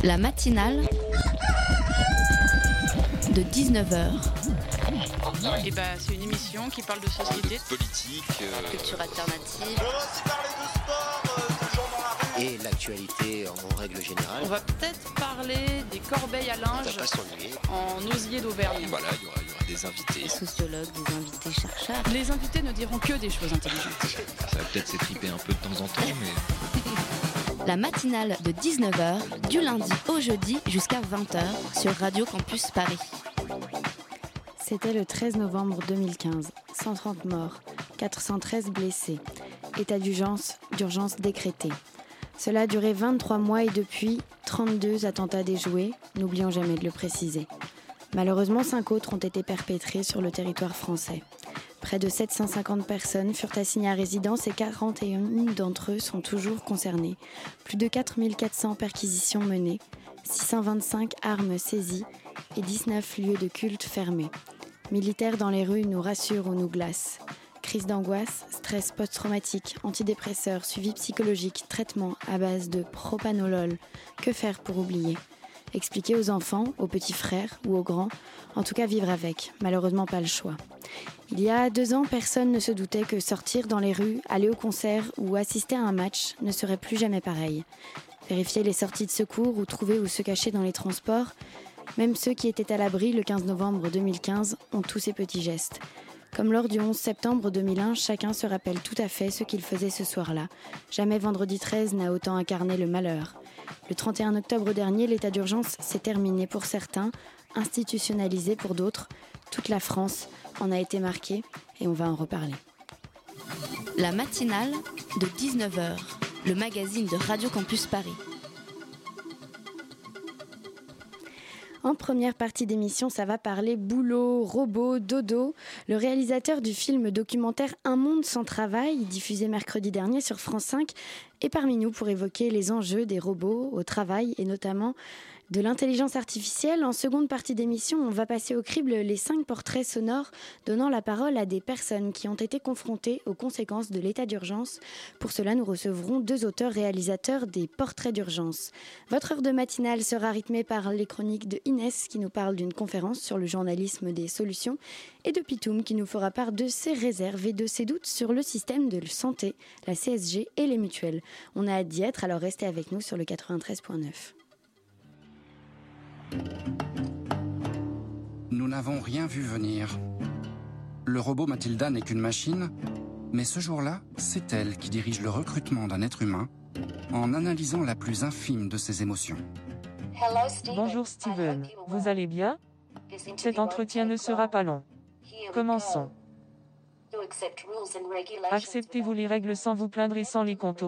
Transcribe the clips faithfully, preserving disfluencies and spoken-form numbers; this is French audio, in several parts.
La matinale de dix-neuf heures. Et bah, c'est une émission qui parle de société, de politique, euh... culture alternative. On va aussi parler de sport, euh, de gens dans la rue. Et l'actualité en règle générale. On va peut-être parler des corbeilles à linge On va pas s'ennuyer. en osier d'Auvergne. Voilà, il y aura, il y aura des invités. Des sociologues, des invités chercheurs. Les invités ne diront que des choses intelligentes. Ça va peut-être s'étriper un peu de temps en temps, mais... La matinale de dix-neuf heures, du lundi au jeudi jusqu'à vingt heures sur Radio Campus Paris. C'était le treize novembre deux mille quinze. cent trente morts, quatre cent treize blessés. État d'urgence, d'urgence décrété. Cela a duré vingt-trois mois et depuis, trente-deux attentats déjoués, n'oublions jamais de le préciser. Malheureusement, cinq autres ont été perpétrés sur le territoire français. Près de sept cent cinquante personnes furent assignées à résidence et quarante et un d'entre eux sont toujours concernés. Plus de quatre mille quatre cents perquisitions menées, six cent vingt-cinq armes saisies et dix-neuf lieux de culte fermés. Militaires dans les rues nous rassurent ou nous glacent. Crise d'angoisse, stress post-traumatique, antidépresseurs, suivi psychologique, traitement à base de propanolol. Que faire pour oublier ? Expliquer aux enfants, aux petits frères ou aux grands, en tout cas vivre avec, malheureusement pas le choix. Il y a deux ans, personne ne se doutait que sortir dans les rues, aller au concert ou assister à un match ne serait plus jamais pareil. Vérifier les sorties de secours ou trouver où se cacher dans les transports, même ceux qui étaient à l'abri le quinze novembre deux mille quinze ont tous ces petits gestes. Comme lors du onze septembre deux mille un, chacun se rappelle tout à fait ce qu'il faisait ce soir-là. Jamais vendredi treize n'a autant incarné le malheur. Le trente et un octobre dernier, l'état d'urgence s'est terminé pour certains, institutionnalisé pour d'autres. Toute la France en a été marquée et on va en reparler. La matinale de dix-neuf heures, le magazine de Radio Campus Paris. En première partie d'émission, ça va parler boulot, robot, dodo. Le réalisateur du film documentaire Un monde sans travail, diffusé mercredi dernier sur France cinq, est parmi nous pour évoquer les enjeux des robots au travail et notamment de l'intelligence artificielle. En seconde partie d'émission, on va passer au crible les cinq portraits sonores donnant la parole à des personnes qui ont été confrontées aux conséquences de l'état d'urgence. Pour cela, nous recevrons deux auteurs-réalisateurs des portraits d'urgence. Votre heure de matinale sera rythmée par les chroniques de Inès qui nous parle d'une conférence sur le journalisme des solutions et de Pitoum qui nous fera part de ses réserves et de ses doutes sur le système de santé, la C S G et les mutuelles. On a hâte d'y être, alors restez avec nous sur le quatre-vingt-treize neuf. Nous n'avons rien vu venir. Le robot Mathilda n'est qu'une machine, mais ce jour-là, c'est elle qui dirige le recrutement d'un être humain en analysant la plus infime de ses émotions. Bonjour Steven, vous allez bien ? Cet entretien ne sera pas long. Commençons. Acceptez-vous les règles sans vous plaindre et sans les contourner ?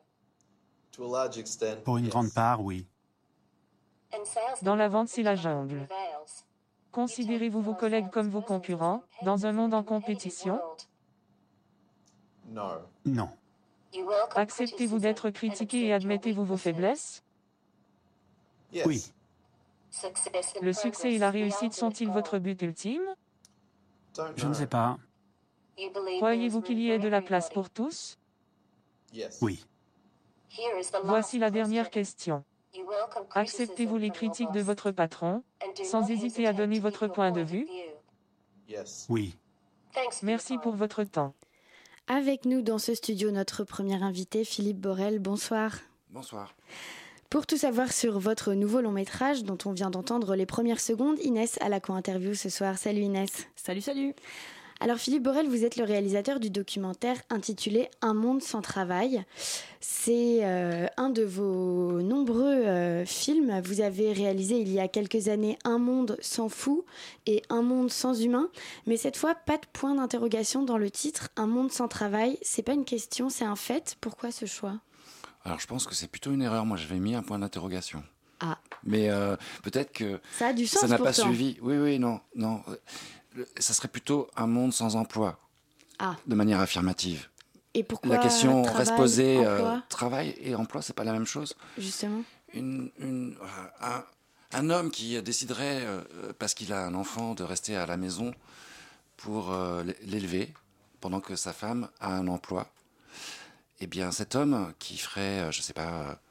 Pour une grande part, oui. Dans la vente, c'est la jungle. Considérez-vous vos collègues comme vos concurrents, dans un monde en compétition ? Non. Acceptez-vous d'être critiqué et admettez-vous vos faiblesses ? Oui. Le succès et la réussite sont-ils votre but ultime ? Je ne sais pas. Croyez-vous qu'il y ait de la place pour tous ? Oui. Voici la dernière question. Acceptez-vous les critiques de votre patron, sans hésiter à donner votre point de vue ? Oui. Merci pour votre temps. Avec nous dans ce studio, notre premier invité, Philippe Borel. Bonsoir. Bonsoir. Pour tout savoir sur votre nouveau long métrage, dont on vient d'entendre les premières secondes, Inès à la co-interview ce soir. Salut Inès. Salut, salut. Alors Philippe Borel, vous êtes le réalisateur du documentaire intitulé Un monde sans travail. C'est euh, un de vos nombreux euh, films. Vous avez réalisé il y a quelques années Un monde sans fous et Un monde sans humains. Mais cette fois, pas de point d'interrogation dans le titre. Un monde sans travail, c'est pas une question, c'est un fait. Pourquoi ce choix ? Alors je pense que c'est plutôt une erreur. Moi j'avais mis un point d'interrogation. Ah. Mais euh, peut-être que ça a du sens ça n'a pourtant. Pas suivi. Oui, oui, non, non. Ça serait plutôt un monde sans emploi, ah. de manière affirmative. Et pourquoi la question travail, reste posée, emploi euh, travail et emploi, c'est pas la même chose. Justement. Une, une, un, un homme qui déciderait, euh, parce qu'il a un enfant, de rester à la maison pour euh, l'élever, pendant que sa femme a un emploi, eh bien cet homme qui ferait, je sais pas,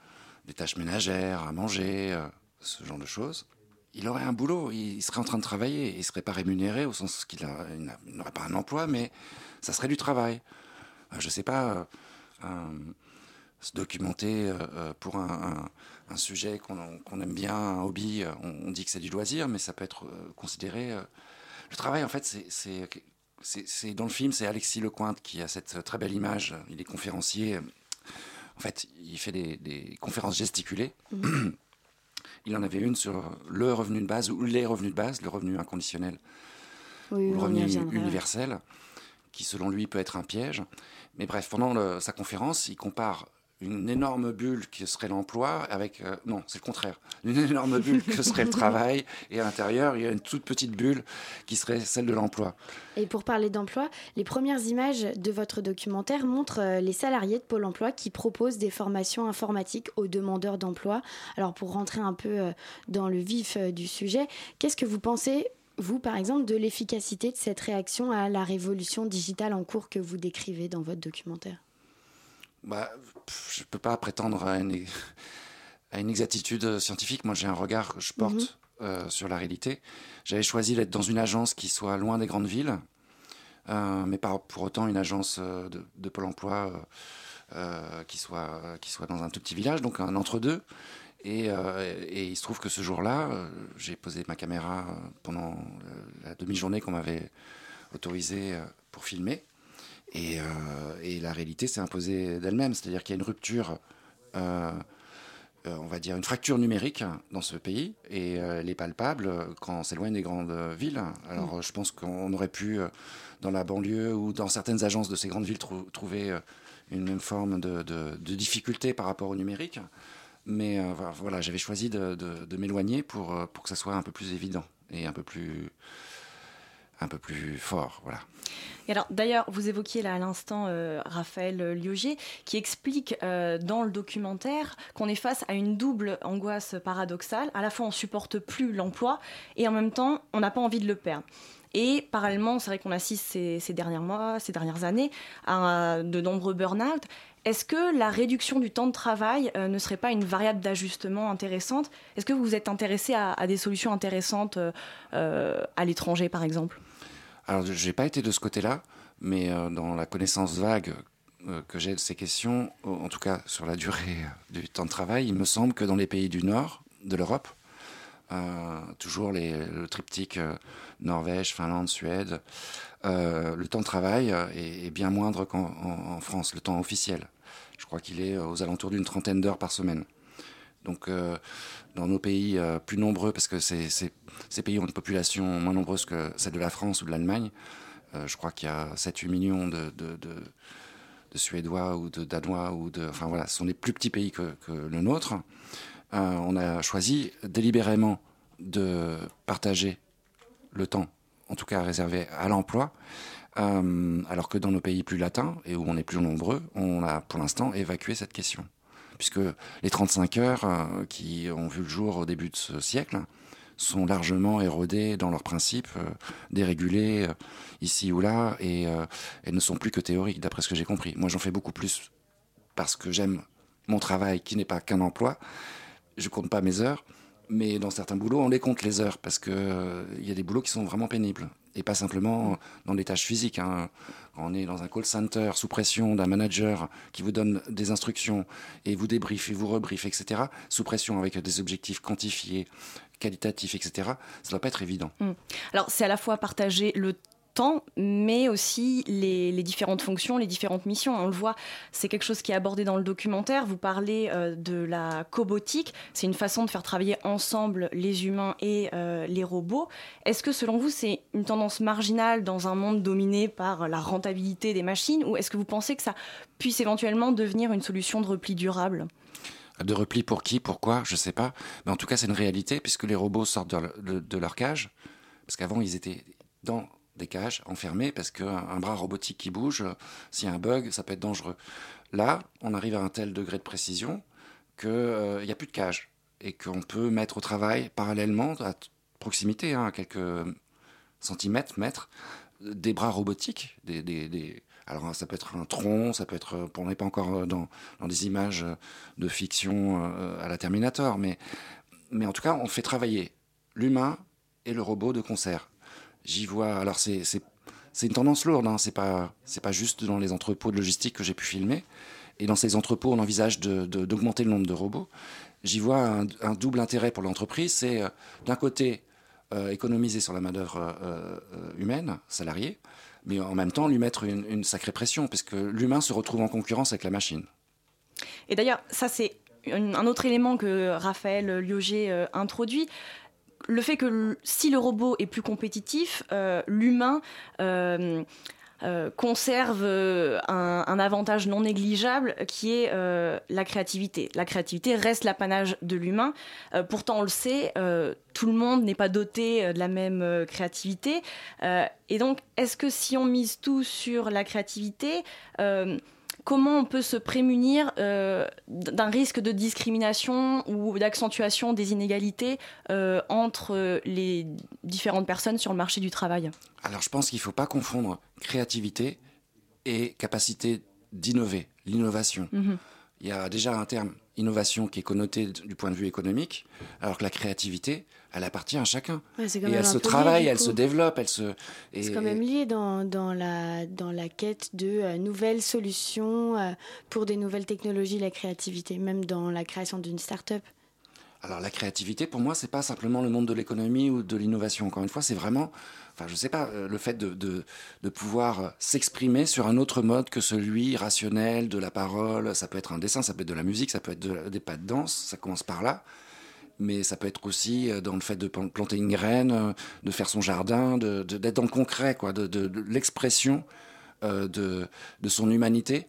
des tâches ménagères, à manger, euh, ce genre de choses. Il aurait un boulot, il serait en train de travailler, il ne serait pas rémunéré au sens qu'il a, il n'a, il n'aurait pas un emploi, mais ça serait du travail. Euh, je ne sais pas, euh, euh, se documenter euh, pour un, un, un sujet qu'on, qu'on aime bien, un hobby, on, on dit que c'est du loisir, mais ça peut être euh, considéré... Euh, le travail, en fait, c'est, c'est, c'est, c'est dans le film, c'est Alexis Lecointe qui a cette très belle image, il est conférencier, en fait, il fait des, des conférences gesticulées. Mmh. Il en avait une sur le revenu de base, ou les revenus de base, le revenu inconditionnel, oui, ou le revenu universel, qui selon lui peut être un piège. Mais bref, pendant le, sa conférence, il compare une énorme bulle qui serait l'emploi avec... Euh, non, c'est le contraire. Une énorme bulle que serait le travail, et à l'intérieur, il y a une toute petite bulle qui serait celle de l'emploi. Et pour parler d'emploi, les premières images de votre documentaire montrent les salariés de Pôle emploi qui proposent des formations informatiques aux demandeurs d'emploi. Alors pour rentrer un peu dans le vif du sujet, qu'est-ce que vous pensez, vous par exemple, de l'efficacité de cette réaction à la révolution digitale en cours que vous décrivez dans votre documentaire ? Bah, je ne peux pas prétendre à une, à une exactitude scientifique. Moi, j'ai un regard que je porte mmh. euh, sur la réalité. J'avais choisi d'être dans une agence qui soit loin des grandes villes, euh, mais pas pour autant une agence de, de Pôle emploi euh, qui, soit, qui soit dans un tout petit village, donc un entre-deux. Et, euh, et il se trouve que ce jour-là, euh, j'ai posé ma caméra pendant la demi-journée qu'on m'avait autorisée pour filmer. Et, euh, et la réalité s'est imposée d'elle-même, c'est-à-dire qu'il y a une rupture, euh, euh, on va dire une fracture numérique dans ce pays, et euh, elle est palpable quand on s'éloigne des grandes villes. Alors mmh. je pense qu'on aurait pu, dans la banlieue ou dans certaines agences de ces grandes villes, trou- trouver une même forme de, de, de difficulté par rapport au numérique. Mais euh, voilà, j'avais choisi de, de, de m'éloigner pour, pour que ça soit un peu plus évident et un peu plus... un peu plus fort, voilà. Et alors, d'ailleurs, vous évoquiez là à l'instant euh, Raphaël Liogier, qui explique euh, dans le documentaire qu'on est face à une double angoisse paradoxale. À la fois, on ne supporte plus l'emploi et en même temps, on n'a pas envie de le perdre. Et parallèlement, c'est vrai qu'on assiste ces, ces derniers mois, ces dernières années à de nombreux burn-out. Est-ce que la réduction du temps de travail euh, ne serait pas une variable d'ajustement intéressante ? Est-ce que vous vous êtes intéressé à, à des solutions intéressantes euh, à l'étranger, par exemple ? Alors, je n'ai pas été de ce côté-là, mais euh, dans la connaissance vague euh, que j'ai de ces questions, en tout cas sur la durée du temps de travail, il me semble que dans les pays du Nord de l'Europe, euh, toujours les, le triptyque euh, Norvège, Finlande, Suède, euh, le temps de travail est, est bien moindre qu'en en, en France, le temps officiel. Je crois qu'il est aux alentours d'une trentaine d'heures par semaine. Donc, euh, dans nos pays euh, plus nombreux, parce que c'est, c'est, ces pays ont une population moins nombreuse que celle de la France ou de l'Allemagne, euh, je crois qu'il y a sept à huit millions de, de, de, de Suédois ou de Danois, ou de, enfin voilà, ce sont des plus petits pays que, que le nôtre. Euh, on a choisi délibérément de partager le temps, en tout cas réservé à l'emploi, euh, alors que dans nos pays plus latins, et où on est plus nombreux, on a pour l'instant évacué cette question. Puisque les trente-cinq heures euh, qui ont vu le jour au début de ce siècle sont largement érodées dans leurs principes, euh, dérégulées euh, ici ou là, et, euh, et ne sont plus que théoriques, d'après ce que j'ai compris. Moi, j'en fais beaucoup plus parce que j'aime mon travail, qui n'est pas qu'un emploi. Je compte pas mes heures, mais dans certains boulots, on les compte les heures, parce qu'il euh, y a des boulots qui sont vraiment pénibles, et pas simplement dans des tâches physiques, hein. Quand on est dans un call center sous pression d'un manager qui vous donne des instructions et vous débriefe et vous rebriefe, et cetera, sous pression avec des objectifs quantifiés, qualitatifs, et cetera, ça ne doit pas être évident. Mmh. Alors, c'est à la fois partager le temps, mais aussi les, les différentes fonctions, les différentes missions. On le voit, c'est quelque chose qui est abordé dans le documentaire. Vous parlez euh, de la cobotique. C'est une façon de faire travailler ensemble les humains et euh, les robots. Est-ce que, selon vous, c'est une tendance marginale dans un monde dominé par la rentabilité des machines, ou est-ce que vous pensez que ça puisse éventuellement devenir une solution de repli durable ? De repli pour qui, pourquoi, je ne sais pas. Mais en tout cas, c'est une réalité, puisque les robots sortent de, de, de leur cage. Parce qu'avant, ils étaient dans des cages enfermées, parce qu'un un bras robotique qui bouge, s'il y a un bug, ça peut être dangereux. Là, on arrive à un tel degré de précision qu'il n'y euh, a plus de cage, et qu'on peut mettre au travail parallèlement, à t- proximité, hein, à quelques centimètres, mètres, des bras robotiques, des, des, des, Alors ça peut être un tronc, ça peut être, on n'est pas encore dans, dans des images de fiction euh, à la Terminator, mais, mais en tout cas on fait travailler l'humain et le robot de concert. J'y vois, alors c'est, c'est, c'est une tendance lourde, hein, c'est pas, c'est pas juste dans les entrepôts de logistique que j'ai pu filmer, et dans ces entrepôts on envisage de, de, d'augmenter le nombre de robots. J'y vois un, un double intérêt pour l'entreprise, c'est euh, d'un côté euh, économiser sur la main-d'œuvre euh, humaine, salariée, mais en même temps lui mettre une, une sacrée pression, parce que l'humain se retrouve en concurrence avec la machine. Et d'ailleurs, ça c'est une, un autre élément que Raphaël Lioger euh, introduit. Le fait que si le robot est plus compétitif, euh, l'humain euh, euh, conserve un, un avantage non négligeable qui est euh, la créativité. La créativité reste l'apanage de l'humain. Euh, pourtant, on le sait, euh, tout le monde n'est pas doté de la même euh, créativité. Euh, et donc, est-ce que si on mise tout sur la créativité, euh, comment on peut se prémunir euh, d'un risque de discrimination ou d'accentuation des inégalités euh, entre les différentes personnes sur le marché du travail ? Alors je pense qu'il ne faut pas confondre créativité et capacité d'innover, l'innovation. Mmh. Il y a déjà un terme, innovation, qui est connoté du point de vue économique, alors que la créativité, elle appartient à chacun. Ouais, et elle se travaille, lié, elle se développe, elle se... Et, c'est quand même lié dans, dans, la, dans la quête de euh, nouvelles solutions euh, pour des nouvelles technologies, la créativité, même dans la création d'une start-up. Alors la créativité, pour moi, c'est pas simplement le monde de l'économie ou de l'innovation. Encore une fois, c'est vraiment, enfin, je sais pas, euh, le fait de, de, de pouvoir s'exprimer sur un autre mode que celui rationnel de la parole. Ça peut être un dessin, ça peut être de la musique, ça peut être de, des pas de danse. Ça commence par là. Mais ça peut être aussi dans le fait de planter une graine, de faire son jardin, de, de, d'être dans le concret, quoi, de, de, de l'expression euh, de, de son humanité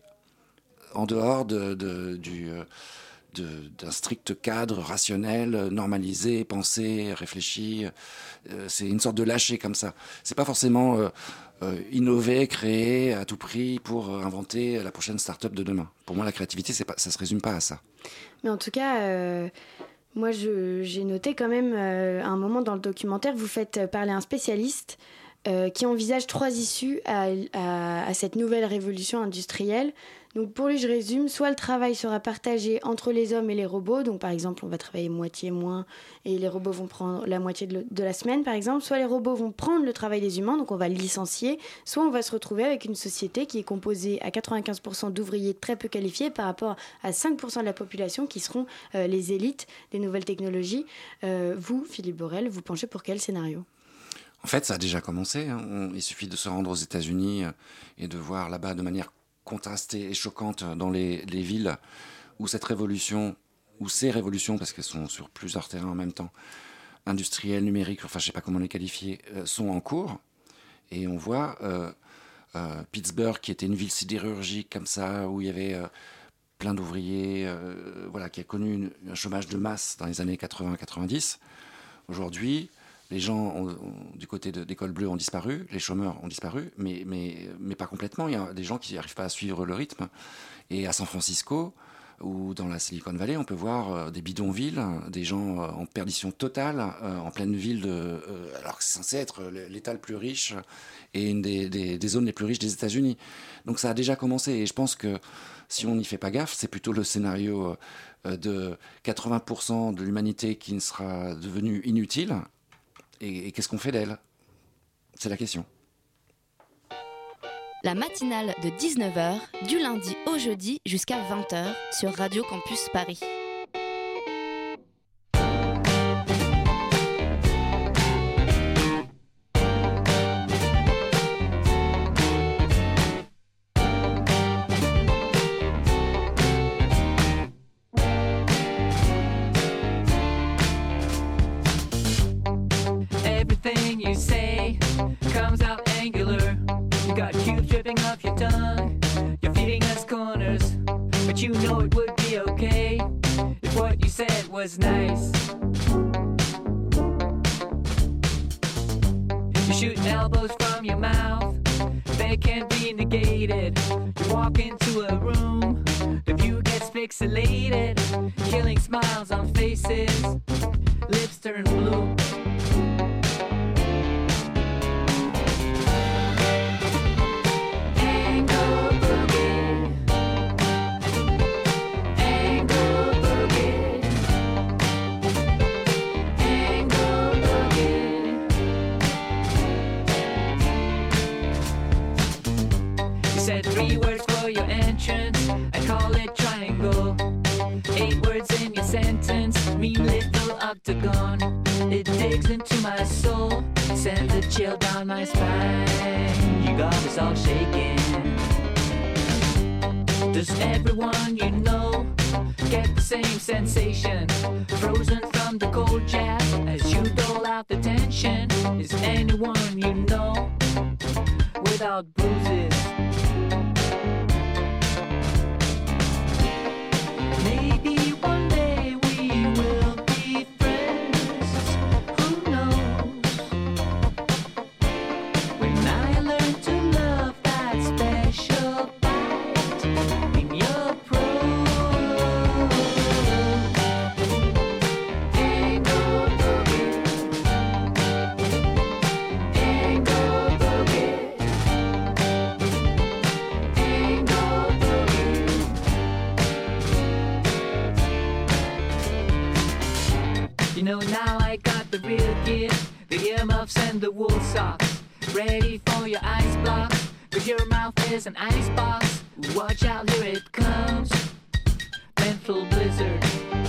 en dehors de, de, du, de, d'un strict cadre rationnel, normalisé, pensé, réfléchi. Euh, c'est une sorte de lâcher comme ça. C'est pas forcément euh, euh, innover, créer à tout prix pour inventer la prochaine start-up de demain. Pour moi, la créativité, c'est pas, ça se résume pas à ça. Mais en tout cas... Euh... Moi, je, j'ai noté quand même, euh, à un moment dans le documentaire, vous faites parler un spécialiste euh, qui envisage trois issues à, à, à cette nouvelle révolution industrielle. Donc pour lui, je résume, soit le travail sera partagé entre les hommes et les robots, donc par exemple, on va travailler moitié moins et les robots vont prendre la moitié de, le, de la semaine, par exemple, soit les robots vont prendre le travail des humains, donc on va le licencier, soit on va se retrouver avec une société qui est composée à quatre-vingt-quinze pour cent d'ouvriers très peu qualifiés par rapport à cinq pour cent de la population qui seront euh, les élites des nouvelles technologies. Euh, vous, Philippe Borel, vous penchez pour quel scénario ? En fait, ça a déjà commencé. Hein. On, il suffit de se rendre aux États-Unis et de voir là-bas de manière contrastée et choquante dans les, les villes où cette révolution, ou ces révolutions, parce qu'elles sont sur plusieurs terrains en même temps, industrielles, numériques, enfin je ne sais pas comment les qualifier, euh, sont en cours. Et on voit euh, euh, Pittsburgh, qui était une ville sidérurgique comme ça, où il y avait euh, plein d'ouvriers, euh, voilà, qui a connu une, un chômage de masse dans les années quatre-vingts quatre-vingt-dix. Aujourd'hui, les gens ont, ont, du côté de, des cols bleus ont disparu, les chômeurs ont disparu, mais, mais, mais pas complètement. Il y a des gens qui n'arrivent pas à suivre le rythme. Et à San Francisco, ou dans la Silicon Valley, on peut voir euh, des bidonvilles, des gens euh, en perdition totale, euh, en pleine ville, de, euh, alors que c'est censé être l'État le plus riche et une des, des, des zones les plus riches des États-Unis. Donc ça a déjà commencé. Et je pense que si on n'y fait pas gaffe, c'est plutôt le scénario euh, de quatre-vingts pour cent de l'humanité qui ne sera devenue inutile. Et, et qu'est-ce qu'on fait d'elle ? C'est la question. La matinale de dix-neuf heures, du lundi au jeudi jusqu'à vingt heures sur Radio Campus Paris. Everything you say comes out angular. You got cubes dripping off your tongue. You're feeding us corners, but you know it would be okay if what you said was nice. You shoot elbows from your mouth, they can't be negated. You walk into a room, the view gets pixelated, killing smiles on faces, lips turn blue. Angle words in your sentence mean little octagon. It digs into my soul, sends a chill down my spine. You got us all shaking. Does everyone you know get the same sensation? Frozen from the cold jab as you dole out the tension. Is anyone you know without bruises? Maybe one day we will be friends. Who knows? When I learn to love that special bite in your prose. Angle boogie. Angle boogie. Angle boogie. You know, now I got the real gear, the earmuffs and the wool socks, ready for your ice blocks, but your mouth is an ice box. Watch out, here it comes, mental blizzard.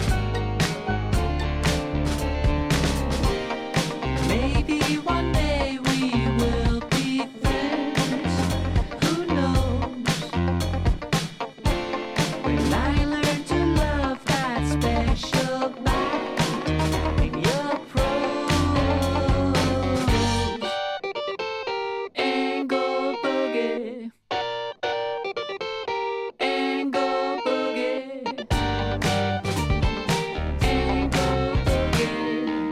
Maybe one day we will be friends, who knows? When I learn to love that special bite in your prose. Angle boogie. Angle boogie. Angle boogie.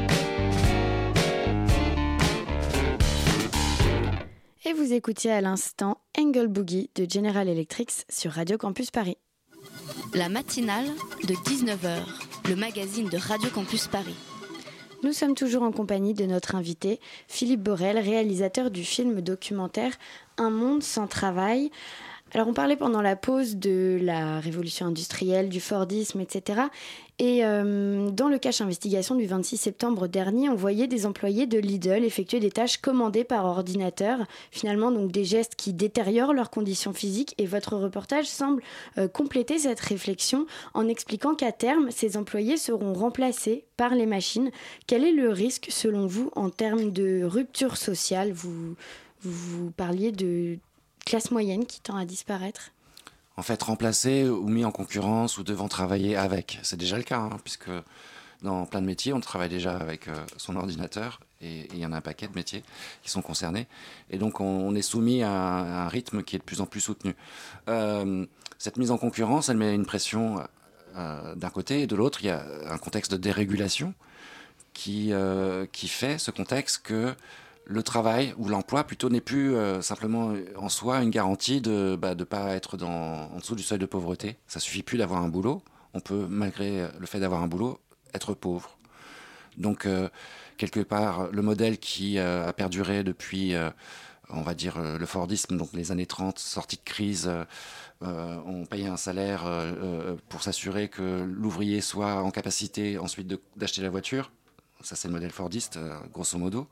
Et vous écoutiez à l'instant Angle Boogie de General Electric sur Radio Campus Paris. La matinale de dix-neuf heures, le magazine de Radio Campus Paris. Nous sommes toujours en compagnie de notre invité, Philippe Borel, réalisateur du film documentaire Un monde sans travail. Alors on parlait pendant la pause de la révolution industrielle, du Fordisme, et cetera. Et euh, dans le cache investigation du vingt-six septembre dernier, on voyait des employés de Lidl effectuer des tâches commandées par ordinateur, finalement donc des gestes qui détériorent leurs conditions physiques. Et votre reportage semble euh, compléter cette réflexion en expliquant qu'à terme, ces employés seront remplacés par les machines. Quel est le risque selon vous en termes de rupture sociale ? Vous, vous parliez de classe moyenne qui tend à disparaître ? En fait, remplacé ou mis en concurrence ou devant travailler avec. C'est déjà le cas, hein, puisque dans plein de métiers, on travaille déjà avec euh, son ordinateur et il y en a un paquet de métiers qui sont concernés. Et donc, on, on est soumis à un, à un rythme qui est de plus en plus soutenu. Euh, cette mise en concurrence, elle met une pression euh, d'un côté et de l'autre. Il y a un contexte de dérégulation qui, euh, qui fait ce contexte que le travail ou l'emploi plutôt n'est plus euh, simplement en soi une garantie de ne bah, de pas être dans, en dessous du seuil de pauvreté. Ça ne suffit plus d'avoir un boulot. On peut, malgré le fait d'avoir un boulot, être pauvre. Donc, euh, quelque part, le modèle qui euh, a perduré depuis, euh, on va dire, euh, le Fordisme, donc les années trente, sortie de crise, euh, euh, on payait un salaire euh, euh, pour s'assurer que l'ouvrier soit en capacité ensuite de, d'acheter la voiture. Ça, c'est le modèle fordiste, euh, grosso modo.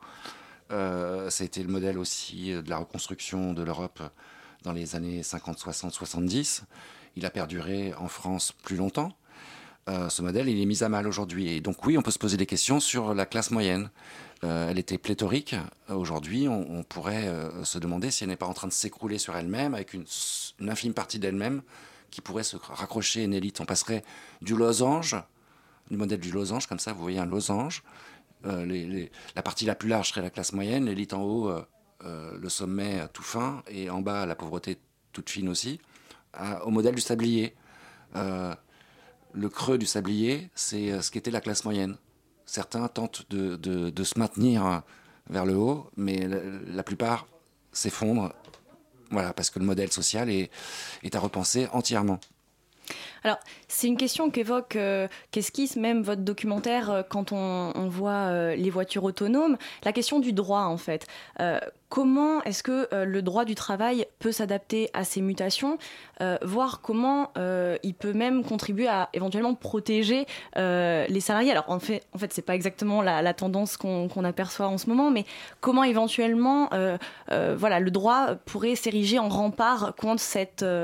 Euh, ça a été le modèle aussi de la reconstruction de l'Europe dans les années cinquante, soixante, soixante-dix. Il a perduré en France plus longtemps. Euh, ce modèle, il est mis à mal aujourd'hui. Et donc oui, on peut se poser des questions sur la classe moyenne. Euh, elle était pléthorique. Aujourd'hui, on, on pourrait euh, se demander si elle n'est pas en train de s'écrouler sur elle-même, avec une, une infime partie d'elle-même qui pourrait se raccrocher à une élite. On passerait du losange, du modèle du losange, comme ça, vous voyez un losange. Euh, les, les, la partie la plus large serait la classe moyenne, l'élite en haut, euh, euh, le sommet tout fin, et en bas, la pauvreté toute fine aussi, à, au modèle du sablier. Euh, le creux du sablier, c'est euh, ce qu'était la classe moyenne. Certains tentent de, de, de se maintenir vers le haut, mais la, la plupart s'effondrent, voilà, parce que le modèle social est, est à repenser entièrement. Alors, c'est une question qu'évoque, euh, qu'esquisse même votre documentaire euh, quand on, on voit euh, les voitures autonomes. La question du droit, en fait. Euh, comment est-ce que euh, le droit du travail peut s'adapter à ces mutations, euh, voir comment euh, il peut même contribuer à éventuellement protéger euh, les salariés. Alors en fait, en fait c'est pas exactement la, la tendance qu'on, qu'on aperçoit en ce moment, mais comment éventuellement euh, euh, voilà, le droit pourrait s'ériger en rempart contre cette euh,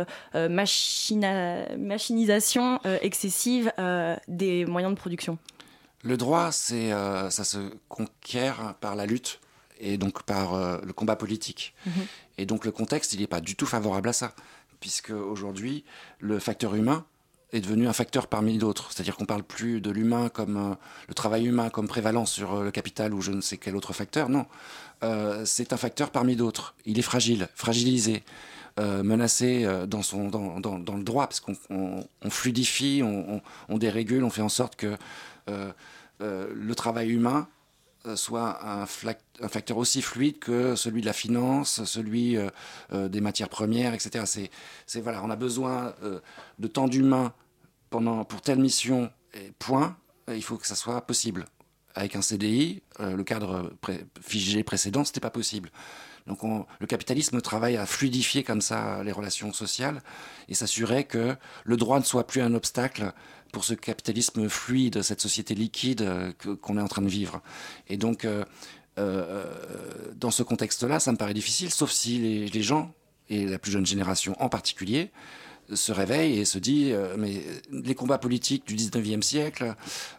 machina- machinisation euh, excessive euh, des moyens de production. Le droit, c'est, euh, ça se conquiert par la lutte et donc par euh, le combat politique. Mmh. Et donc le contexte, il n'est pas du tout favorable à ça, puisque aujourd'hui, le facteur humain est devenu un facteur parmi d'autres. C'est-à-dire qu'on ne parle plus de l'humain comme euh, le travail humain comme prévalent sur euh, le capital ou je ne sais quel autre facteur. Non, euh, c'est un facteur parmi d'autres. Il est fragile, fragilisé. Euh, menacé euh, dans, son, dans, dans, dans le droit, parce qu'on on, on fluidifie, on, on, on dérégule, on fait en sorte que euh, euh, le travail humain euh, soit un, flac, un facteur aussi fluide que celui de la finance, celui euh, euh, des matières premières, et cetera. C'est, c'est, voilà, on a besoin euh, de temps d'humain pendant, pour telle mission, et point, il faut que ça soit possible. Avec un C D I, euh, le cadre pré- figé précédent, ce n'était pas possible. Donc on, le capitalisme travaille à fluidifier comme ça les relations sociales et s'assurer que le droit ne soit plus un obstacle pour ce capitalisme fluide, cette société liquide que, qu'on est en train de vivre. Et donc, euh, euh, dans ce contexte-là, ça me paraît difficile, sauf si les, les gens, et la plus jeune génération en particulier, se réveille et se dit euh, mais les combats politiques du dix-neuvième siècle,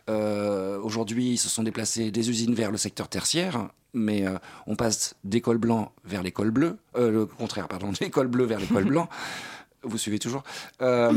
euh, aujourd'hui, ils se sont déplacés des usines vers le secteur tertiaire, mais euh, on passe des cols blancs vers les cols bleus, euh, le contraire, pardon, des cols bleus vers les cols blancs. Vous suivez toujours. euh,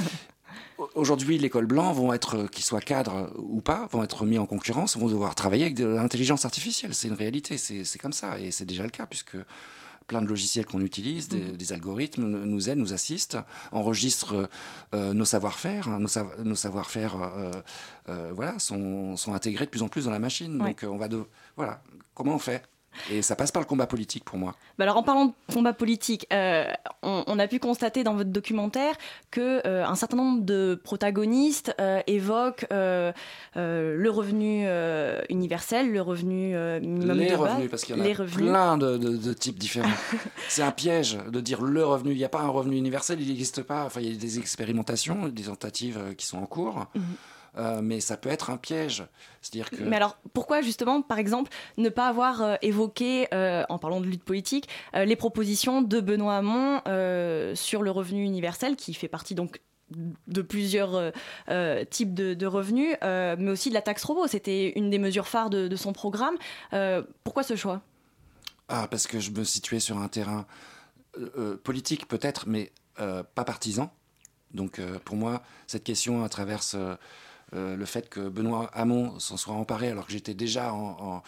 Aujourd'hui, les cols blancs vont être, qu'ils soient cadres ou pas, vont être mis en concurrence, vont devoir travailler avec de l'intelligence artificielle. C'est une réalité, c'est, c'est comme ça, et c'est déjà le cas, puisque plein de logiciels qu'on utilise, des, mmh. des algorithmes nous aident, nous assistent, enregistrent euh, nos savoir-faire. Nos, sa- nos savoir-faire euh, euh, voilà, sont, sont intégrés de plus en plus dans la machine. Ouais. Donc, euh, on va de, voilà, comment on fait ? Et ça passe par le combat politique pour moi. Bah alors en parlant de combat politique, euh, on, on a pu constater dans votre documentaire que euh, un certain nombre de protagonistes euh, évoquent euh, euh, le revenu euh, universel, le revenu euh, minimum les de base. Les revenus, parce qu'il y en les a revenus. plein de, de, de types différents. C'est un piège de dire le revenu. Il n'y a pas un revenu universel, il n'existe pas. Enfin, il y a des expérimentations, des tentatives qui sont en cours. Mm-hmm. Euh, mais ça peut être un piège. C'est-à-dire que... Mais alors, pourquoi justement, par exemple, ne pas avoir euh, évoqué, euh, en parlant de lutte politique, euh, les propositions de Benoît Hamon euh, sur le revenu universel, qui fait partie donc de plusieurs euh, euh, types de, de revenus, euh, mais aussi de la taxe robot. C'était une des mesures phares de, de son programme. Euh, pourquoi ce choix ? Ah, parce que je me situais sur un terrain euh, politique peut-être, mais euh, pas partisan. Donc euh, pour moi, cette question traverse... Euh, Euh, le fait que Benoît Hamon s'en soit emparé alors que j'étais déjà en, en,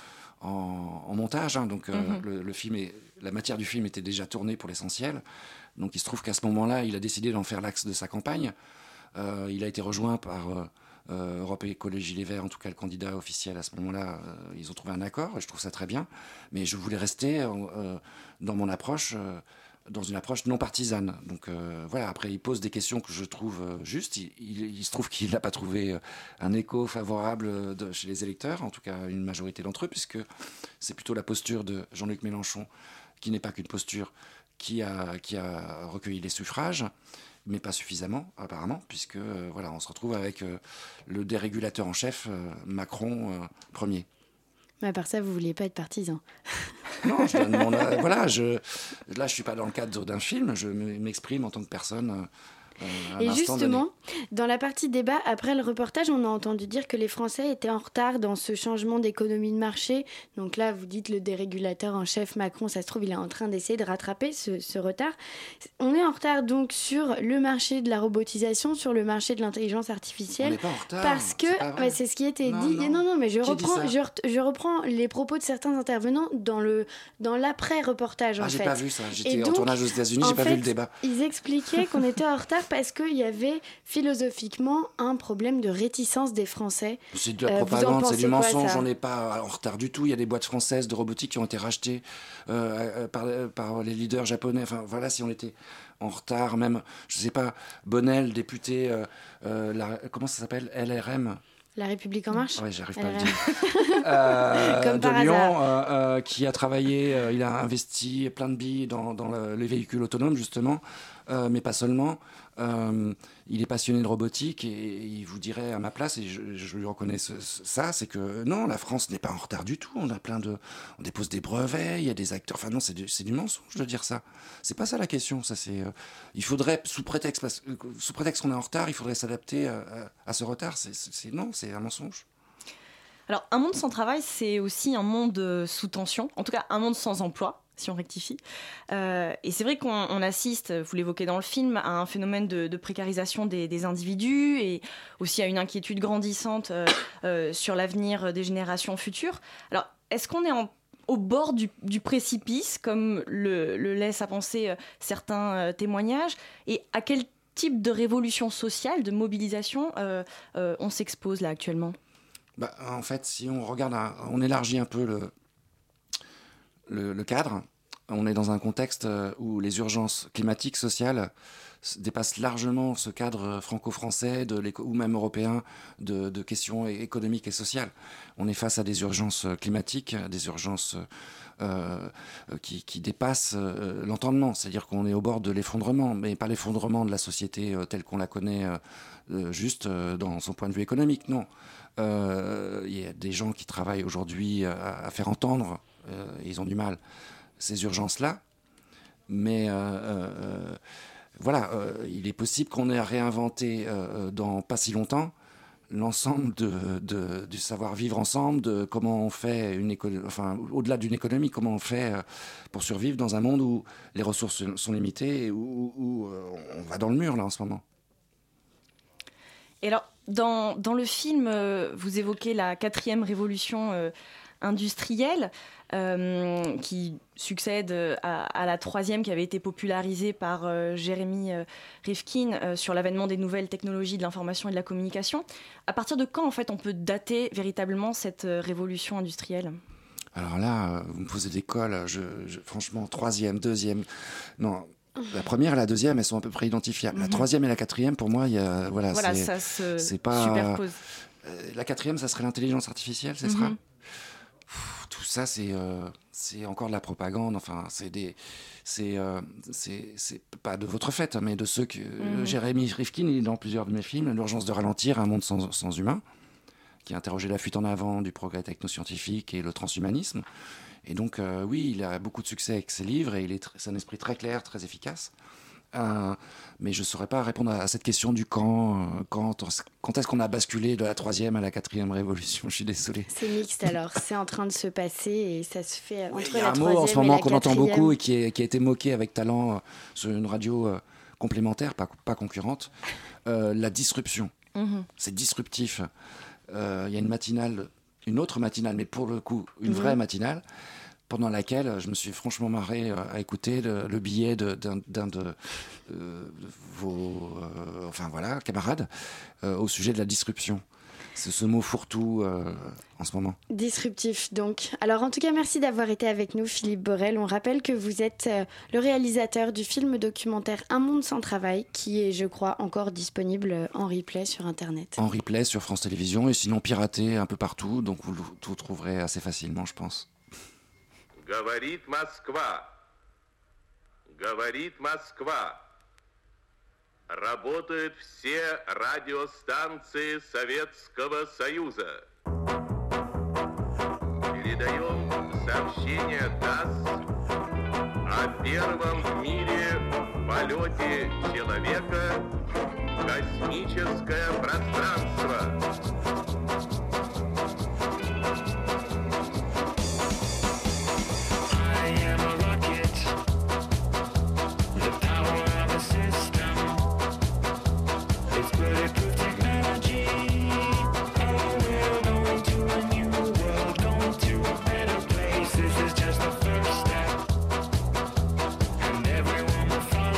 en, en montage, hein, donc euh, mm-hmm. le, le film est, la matière du film était déjà tournée pour l'essentiel. Donc il se trouve qu'à ce moment-là, il a décidé d'en faire l'axe de sa campagne. Euh, il a été rejoint par euh, euh, Europe Écologie Les Verts, en tout cas le candidat officiel à ce moment-là. Euh, ils ont trouvé un accord et je trouve ça très bien. Mais je voulais rester euh, dans mon approche... Euh, dans une approche non partisane. Donc euh, voilà, après il pose des questions que je trouve euh, justes. Il, il, il se trouve qu'il n'a pas trouvé euh, un écho favorable de, chez les électeurs, en tout cas une majorité d'entre eux, puisque c'est plutôt la posture de Jean-Luc Mélenchon, qui n'est pas qu'une posture qui a, qui a recueilli les suffrages, mais pas suffisamment apparemment, puisque euh, voilà, on se retrouve avec euh, le dérégulateur en chef, euh, Macron, euh, premier. Mais à part ça, vous ne vouliez pas être partisan. Non, je donne mon, euh, voilà, je, là, je ne suis pas dans le cadre d'un film, je m'exprime en tant que personne. Euh, Et justement, donné. Dans la partie débat, après le reportage, on a entendu dire que les Français étaient en retard dans ce changement d'économie de marché. Donc là, vous dites le dérégulateur en chef Macron, ça se trouve, il est en train d'essayer de rattraper ce, ce retard. On est en retard donc sur le marché de la robotisation, sur le marché de l'intelligence artificielle. On n'est pas en retard. Parce que c'est, ouais, c'est ce qui était non, dit. Non, non, non, mais je reprends, je, je reprends les propos de certains intervenants dans, le, dans l'après-reportage. Ah, en j'ai fait. pas vu ça. J'étais donc, en tournage aux États-Unis, j'ai pas fait, vu le débat. Ils expliquaient qu'on était en retard parce qu'il y avait philosophiquement un problème de réticence des Français. C'est de la euh, propagande, c'est du mensonge, on n'est pas en retard du tout. Il y a des boîtes françaises de robotique qui ont été rachetées euh, par, par les leaders japonais. Enfin voilà, si on était en retard, même, je sais pas, Bonnel, député, euh, euh, la, comment ça s'appelle, L R M, La République en marche. Oui, j'arrive pas à le dire. euh, Comme de par Lyon, hasard. Euh, euh, qui a travaillé, euh, il a investi plein de billes dans, dans le, les véhicules autonomes, justement, euh, mais pas seulement. Euh, il est passionné de robotique et, et il vous dirait à ma place, et je, je lui reconnais ce, ce, ça, c'est que non, la France n'est pas en retard du tout. On a plein de, on dépose des brevets, il y a des acteurs. Enfin non, c'est du, c'est du mensonge de dire ça. C'est pas ça la question. Ça c'est, euh, il faudrait sous prétexte, parce, euh, sous prétexte qu'on est en retard, il faudrait s'adapter à, à, à ce retard. C'est, c'est, c'est non, c'est un mensonge. Alors, un monde sans travail, c'est aussi un monde sous tension, en tout cas un monde sans emploi, si on rectifie. Euh, et c'est vrai qu'on on assiste, vous l'évoquez dans le film, à un phénomène de, de précarisation des, des individus et aussi à une inquiétude grandissante euh, euh, sur l'avenir des générations futures. Alors, est-ce qu'on est en, au bord du, du précipice, comme le, le laissent à penser euh, certains euh, témoignages, et à quel type de révolution sociale, de mobilisation euh, euh, on s'expose là actuellement ? Bah, en fait, si on regarde, un, on élargit un peu le, le, le cadre, on est dans un contexte où les urgences climatiques, sociales dépassent largement ce cadre franco-français de ou même européen de, de questions économiques et sociales. On est face à des urgences climatiques, des urgences euh, qui, qui dépassent euh, l'entendement. C'est-à-dire qu'on est au bord de l'effondrement, mais pas l'effondrement de la société euh, telle qu'on la connaît euh, juste euh, dans son point de vue économique, non. Il euh, y a des gens qui travaillent aujourd'hui à, à faire entendre, euh, ils ont du mal, ces urgences-là. Mais euh, euh, voilà, euh, il est possible qu'on ait réinventé euh, dans pas si longtemps l'ensemble de, de, du savoir-vivre ensemble, de comment on fait, une éco- enfin, au-delà d'une économie, comment on fait euh, pour survivre dans un monde où les ressources sont limitées et où, où, où euh, on va dans le mur là en ce moment. Et alors, dans, dans le film, euh, vous évoquez la quatrième révolution euh, industrielle euh, qui succède à, à la troisième qui avait été popularisée par euh, Jérémy euh, Rifkin euh, sur l'avènement des nouvelles technologies de l'information et de la communication. À partir de quand, en fait, on peut dater véritablement cette euh, révolution industrielle ? Alors là, vous me posez des cols, je, je, franchement, troisième, deuxième, non... La première et la deuxième, elles sont à peu près identifiables. Mm-hmm. La troisième et la quatrième, pour moi, il y a, voilà, voilà c'est, ça se c'est pas, superpose. Euh, la quatrième, ça serait l'intelligence artificielle, ce mm-hmm. sera. Pff, tout ça, c'est, euh, c'est encore de la propagande. Enfin, c'est des, c'est, euh, c'est, c'est pas de votre fait, mais de ceux que mm-hmm. Jérémy Rifkin, il est dans plusieurs de mes films, L'urgence de ralentir, un monde sans, sans humain, qui a interrogé la fuite en avant du progrès technoscientifique et le transhumanisme. Et donc, euh, oui, il a beaucoup de succès avec ses livres et il est tr- c'est un esprit très clair, très efficace. Euh, mais je ne saurais pas répondre à, à cette question du quand, euh, quand, quand est-ce qu'on a basculé de la troisième à la quatrième révolution. Je suis désolé. C'est mixte alors, c'est en train de se passer et ça se fait entre oui, la troisième et la quatrième. Il y a un mot en ce moment qu'on entend beaucoup et qui, est, qui a été moqué avec talent euh, sur une radio euh, complémentaire, pas, pas concurrente, euh, la disruption. Mm-hmm. C'est disruptif. Il euh, y a une matinale... une autre matinale, mais pour le coup, une mmh. vraie matinale, pendant laquelle je me suis franchement marré euh, à écouter le, le billet de, d'un, d'un de, euh, de vos euh, enfin, voilà, camarades euh, au sujet de la disruption. C'est ce mot fourre-tout euh, en ce moment. Disruptif, donc. Alors, en tout cas, merci d'avoir été avec nous, Philippe Borel. On rappelle que vous êtes euh, le réalisateur du film documentaire Un monde sans travail, qui est, je crois, encore disponible en replay sur Internet. En replay sur France Télévisions et sinon piraté un peu partout. Donc, vous le trouverez assez facilement, je pense. Говорит Москва. Говорит Москва. Работают все радиостанции Советского Союза. Передаем сообщение ТАСС о первом в мире полете человека в космическое пространство.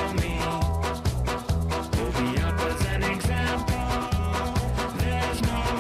There's no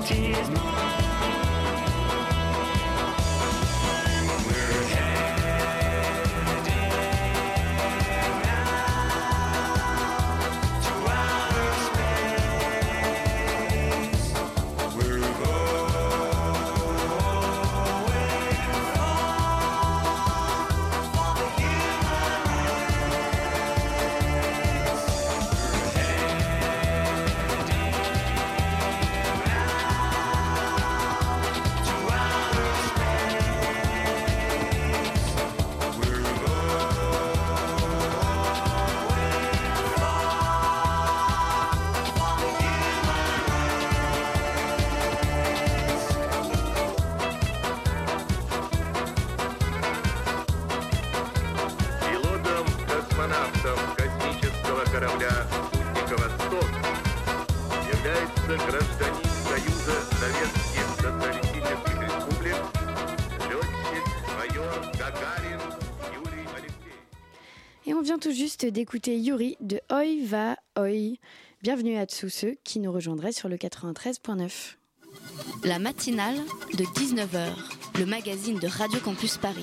Et on vient tout juste d'écouter Yuri de Oi Va Oi. Bienvenue à tous ceux qui nous rejoindraient sur le quatre-vingt-treize neuf. La matinale de dix-neuf heures, le magazine de Radio Campus Paris.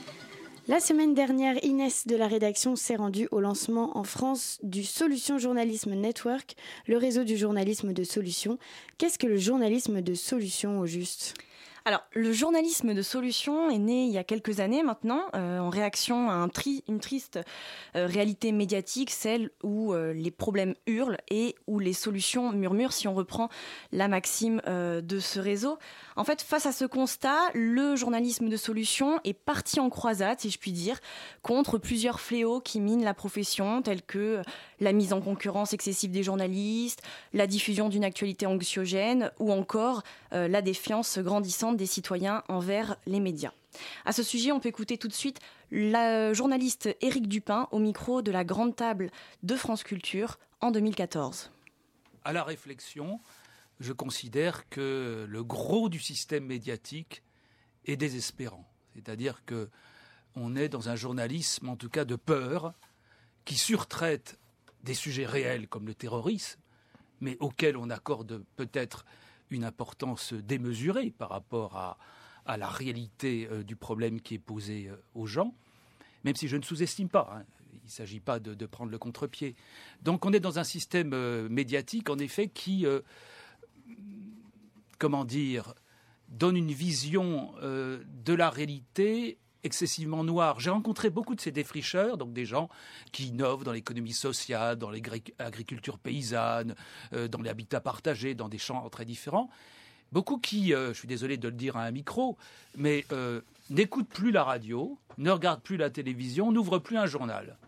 La semaine dernière, Inès de la rédaction s'est rendue au lancement en France du Solution Journalisme Network, le réseau du journalisme de solution. Qu'est-ce que le journalisme de solution au juste ? Alors, le journalisme de solution est né il y a quelques années maintenant, euh, en réaction à un tri, une triste euh, réalité médiatique, celle où euh, les problèmes hurlent et où les solutions murmurent, si on reprend la maxime euh, de ce réseau. En fait, face à ce constat, le journalisme de solution est parti en croisade, si je puis dire, contre plusieurs fléaux qui minent la profession, tels que la mise en concurrence excessive des journalistes, la diffusion d'une actualité anxiogène ou encore euh, la défiance grandissante des citoyens envers les médias. À ce sujet, on peut écouter tout de suite la journaliste Éric Dupin au micro de la Grande Table de France Culture en deux mille quatorze. À la réflexion, je considère que le gros du système médiatique est désespérant. C'est-à-dire qu'on est dans un journalisme, en tout cas de peur, qui surtraite des sujets réels comme le terrorisme, mais auxquels on accorde peut-être une importance démesurée par rapport à, à la réalité euh, du problème qui est posé euh, aux gens, même si je ne sous-estime pas. Hein. Il ne s'agit pas de, de prendre le contre-pied. Donc on est dans un système euh, médiatique, en effet, qui, euh, comment dire, donne une vision euh, de la réalité excessivement noire. J'ai rencontré beaucoup de ces défricheurs, donc des gens qui innovent dans l'économie sociale, dans l'agriculture paysanne, euh, dans l'habitat partagé, dans des champs très différents. Beaucoup qui, euh, je suis désolé de le dire à un micro, mais euh, n'écoutent plus la radio, ne regardent plus la télévision, n'ouvrent plus un journal.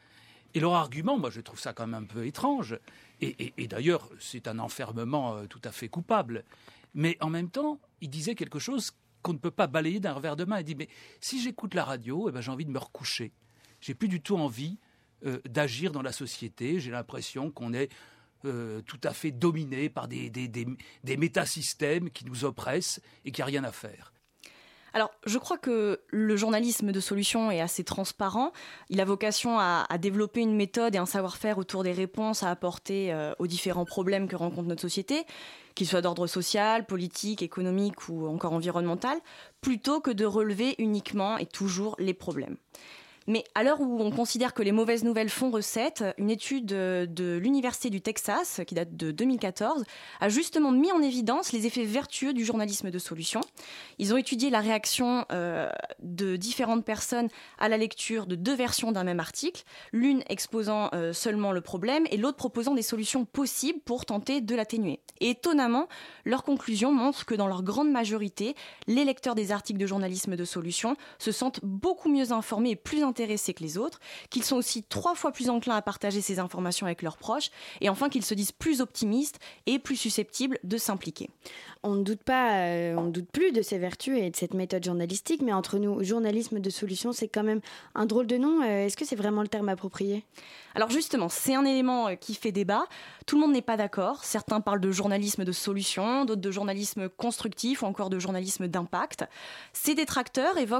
Et leur argument, moi je trouve ça quand même un peu étrange, et, et, et d'ailleurs c'est un enfermement euh, tout à fait coupable, mais en même temps, ils disaient quelque chose qu'on ne peut pas balayer d'un revers de main. Il dit, mais si j'écoute la radio, eh ben, j'ai envie de me recoucher. J'ai plus du tout envie euh, d'agir dans la société. J'ai l'impression qu'on est euh, tout à fait dominé par des, des, des, des métasystèmes qui nous oppressent et qu'il n'y a rien à faire. Alors, je crois que le journalisme de solution est assez transparent. Il a vocation à, à développer une méthode et un savoir-faire autour des réponses à apporter euh, aux différents problèmes que rencontre notre société, qu'ils soient d'ordre social, politique, économique ou encore environnemental, plutôt que de relever uniquement et toujours les problèmes. Mais à l'heure où on considère que les mauvaises nouvelles font recette, une étude de l'Université du Texas, qui date de deux mille quatorze, a justement mis en évidence les effets vertueux du journalisme de solution. Ils ont étudié la réaction euh, de différentes personnes à la lecture de deux versions d'un même article, l'une exposant euh, seulement le problème et l'autre proposant des solutions possibles pour tenter de l'atténuer. Et étonnamment, leurs conclusions montrent que dans leur grande majorité, les lecteurs des articles de journalisme de solution se sentent beaucoup mieux informés et plus intéressés que les autres, qu'ils sont aussi trois fois plus enclins à partager ces informations avec leurs proches, et enfin qu'ils se disent plus optimistes et plus susceptibles de s'impliquer. On ne doute pas, euh, on ne doute plus de ces vertus et de cette méthode journalistique, mais entre nous, journalisme de solution, c'est quand même un drôle de nom. Euh, est-ce que c'est vraiment le terme approprié ? Alors justement, c'est un élément qui fait débat. Tout le monde n'est pas d'accord. Certains parlent de journalisme de solution, d'autres de journalisme constructif ou encore de journalisme d'impact. Ces détracteurs évoquent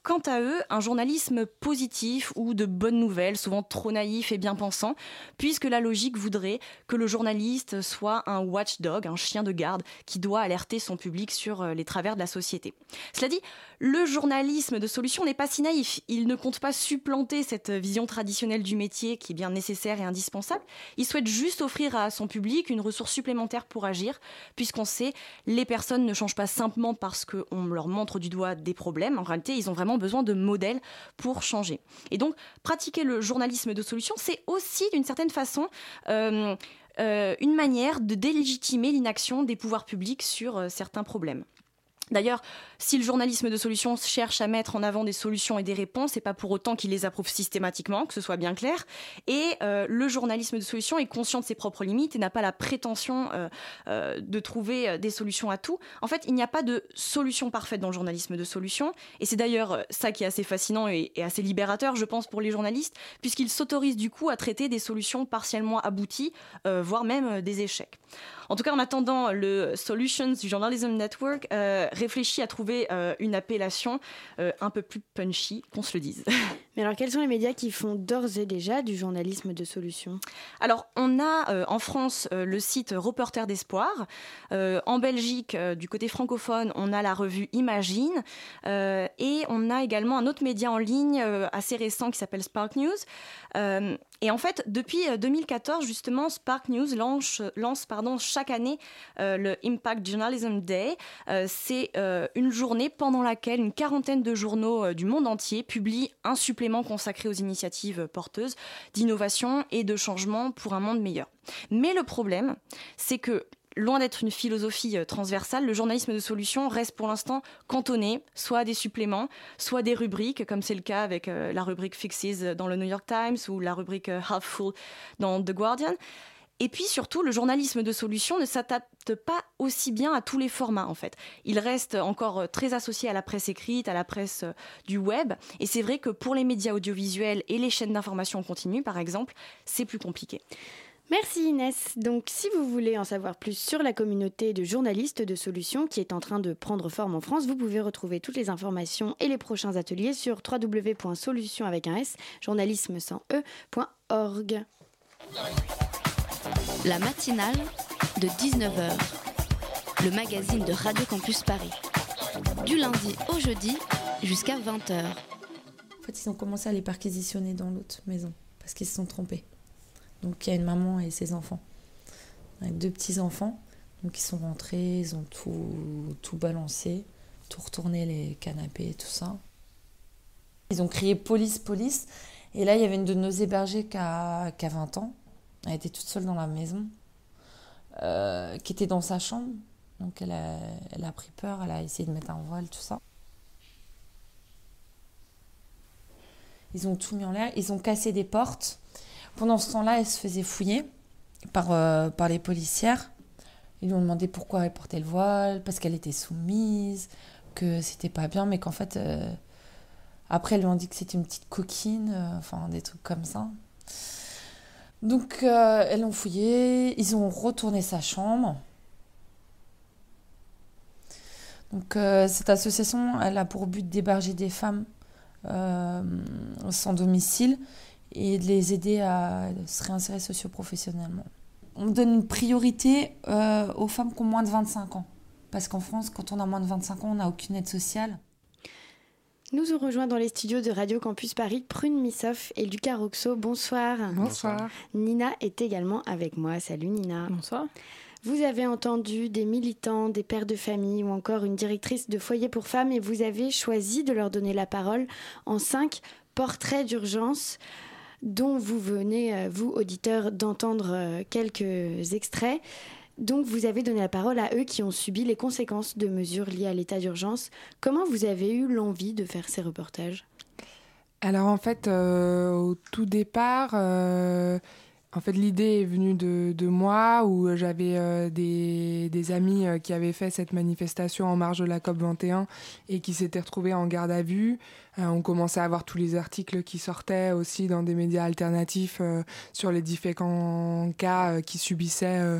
quant à eux, un journalisme positif ou de bonnes nouvelles, souvent trop naïf et bien pensant, puisque la logique voudrait que le journaliste soit un watchdog, un chien de garde, qui doit alerter son public sur les travers de la société. Cela dit, le journalisme de solution n'est pas si naïf. Il ne compte pas supplanter cette vision traditionnelle du métier qui est bien nécessaire et indispensable. Il souhaite juste offrir à son public une ressource supplémentaire pour agir, puisqu'on sait, les personnes ne changent pas simplement parce qu'on leur montre du doigt des problèmes. En réalité, ils ont vraiment besoin de modèles pour changer. Et donc, pratiquer le journalisme de solution, c'est aussi d'une certaine façon euh, euh, une manière de délégitimer l'inaction des pouvoirs publics sur euh, certains problèmes. D'ailleurs, si le journalisme de solution cherche à mettre en avant des solutions et des réponses, c'est pas pour autant qu'il les approuve systématiquement, que ce soit bien clair. Et euh, le journalisme de solution est conscient de ses propres limites et n'a pas la prétention euh, euh, de trouver des solutions à tout. En fait, il n'y a pas de solution parfaite dans le journalisme de solution. Et c'est d'ailleurs ça qui est assez fascinant et, et assez libérateur, je pense, pour les journalistes, puisqu'ils s'autorisent du coup à traiter des solutions partiellement abouties, euh, voire même euh, des échecs. En tout cas, en attendant, le Solutions Journalism Network euh, réfléchit à trouver euh, une appellation euh, un peu plus punchy, qu'on se le dise. Mais alors, quels sont les médias qui font d'ores et déjà du journalisme de solution ? Alors, on a euh, en France euh, le site Reporter d'Espoir. Euh, en Belgique, euh, du côté francophone, on a la revue Imagine. Euh, et on a également un autre média en ligne euh, assez récent qui s'appelle Spark News. Euh, et en fait, depuis deux mille quatorze, justement, Spark News lance, lance pardon, chaque année euh, le Impact Journalism Day. Euh, c'est euh, une journée pendant laquelle une quarantaine de journaux euh, du monde entier publient un supplément consacré aux initiatives porteuses d'innovation et de changement pour un monde meilleur. Mais le problème, c'est que loin d'être une philosophie transversale, le journalisme de solution reste pour l'instant cantonné, soit à des suppléments, soit à des rubriques, comme c'est le cas avec euh, la rubrique Fixes dans le New York Times ou la rubrique euh, Half Full dans The Guardian. Et puis surtout, le journalisme de solution ne s'adapte pas aussi bien à tous les formats, en fait. Il reste encore très associé à la presse écrite, à la presse du web. Et c'est vrai que pour les médias audiovisuels et les chaînes d'information en continu, par exemple, c'est plus compliqué. Merci Inès. Donc si vous voulez en savoir plus sur la communauté de journalistes de solutions qui est en train de prendre forme en France, vous pouvez retrouver toutes les informations et les prochains ateliers sur w w w point solution avec un S, journalisme sans e point org. La matinale de dix-neuf heures, le magazine de Radio Campus Paris. Du lundi au jeudi jusqu'à vingt heures. En fait, ils ont commencé à les perquisitionner dans l'autre maison parce qu'ils se sont trompés. Donc il y a une maman et ses enfants, avec deux petits-enfants. Donc ils sont rentrés, ils ont tout, tout balancé, tout retourné les canapés, tout ça. Ils ont crié « police, police ». Et là, il y avait une de nos hébergées qui a, qui a vingt ans. Elle était toute seule dans la maison, euh, qui était dans sa chambre. Donc elle a, elle a pris peur, elle a essayé de mettre un voile, tout ça. Ils ont tout mis en l'air, ils ont cassé des portes. Pendant ce temps-là, elle se faisait fouiller par, euh, par les policières. Ils lui ont demandé pourquoi elle portait le voile, parce qu'elle était soumise, que c'était pas bien, mais qu'en fait... Euh, après, ils lui ont dit que c'était une petite coquine, euh, enfin des trucs comme ça. Donc, euh, elles l'ont fouillé, ils ont retourné sa chambre. Donc, euh, cette association, elle a pour but d'héberger des femmes euh, sans domicile et de les aider à se réinsérer socio-professionnellement. On donne une priorité euh, aux femmes qui ont moins de vingt-cinq ans. Parce qu'en France, quand on a moins de vingt-cinq ans, on n'a aucune aide sociale. Nous ont rejoint dans les studios de Radio Campus Paris Prune Missoff et Lucas Roxo. Bonsoir. Bonsoir. Nina est également avec moi. Salut Nina. Bonsoir. Vous avez entendu des militants, des pères de famille ou encore une directrice de foyer pour femmes et vous avez choisi de leur donner la parole en cinq portraits d'urgence dont vous venez, vous, auditeurs, d'entendre quelques extraits. Donc, vous avez donné la parole à eux qui ont subi les conséquences de mesures liées à l'état d'urgence. Comment vous avez eu l'envie de faire ces reportages ? Alors, en fait, euh, au tout départ, euh, en fait, l'idée est venue de, de moi, où j'avais euh, des, des amis euh, qui avaient fait cette manifestation en marge de la C O P vingt et un et qui s'étaient retrouvés en garde à vue. Euh, on commençait à voir tous les articles qui sortaient aussi dans des médias alternatifs euh, sur les différents cas euh, qui subissaient euh,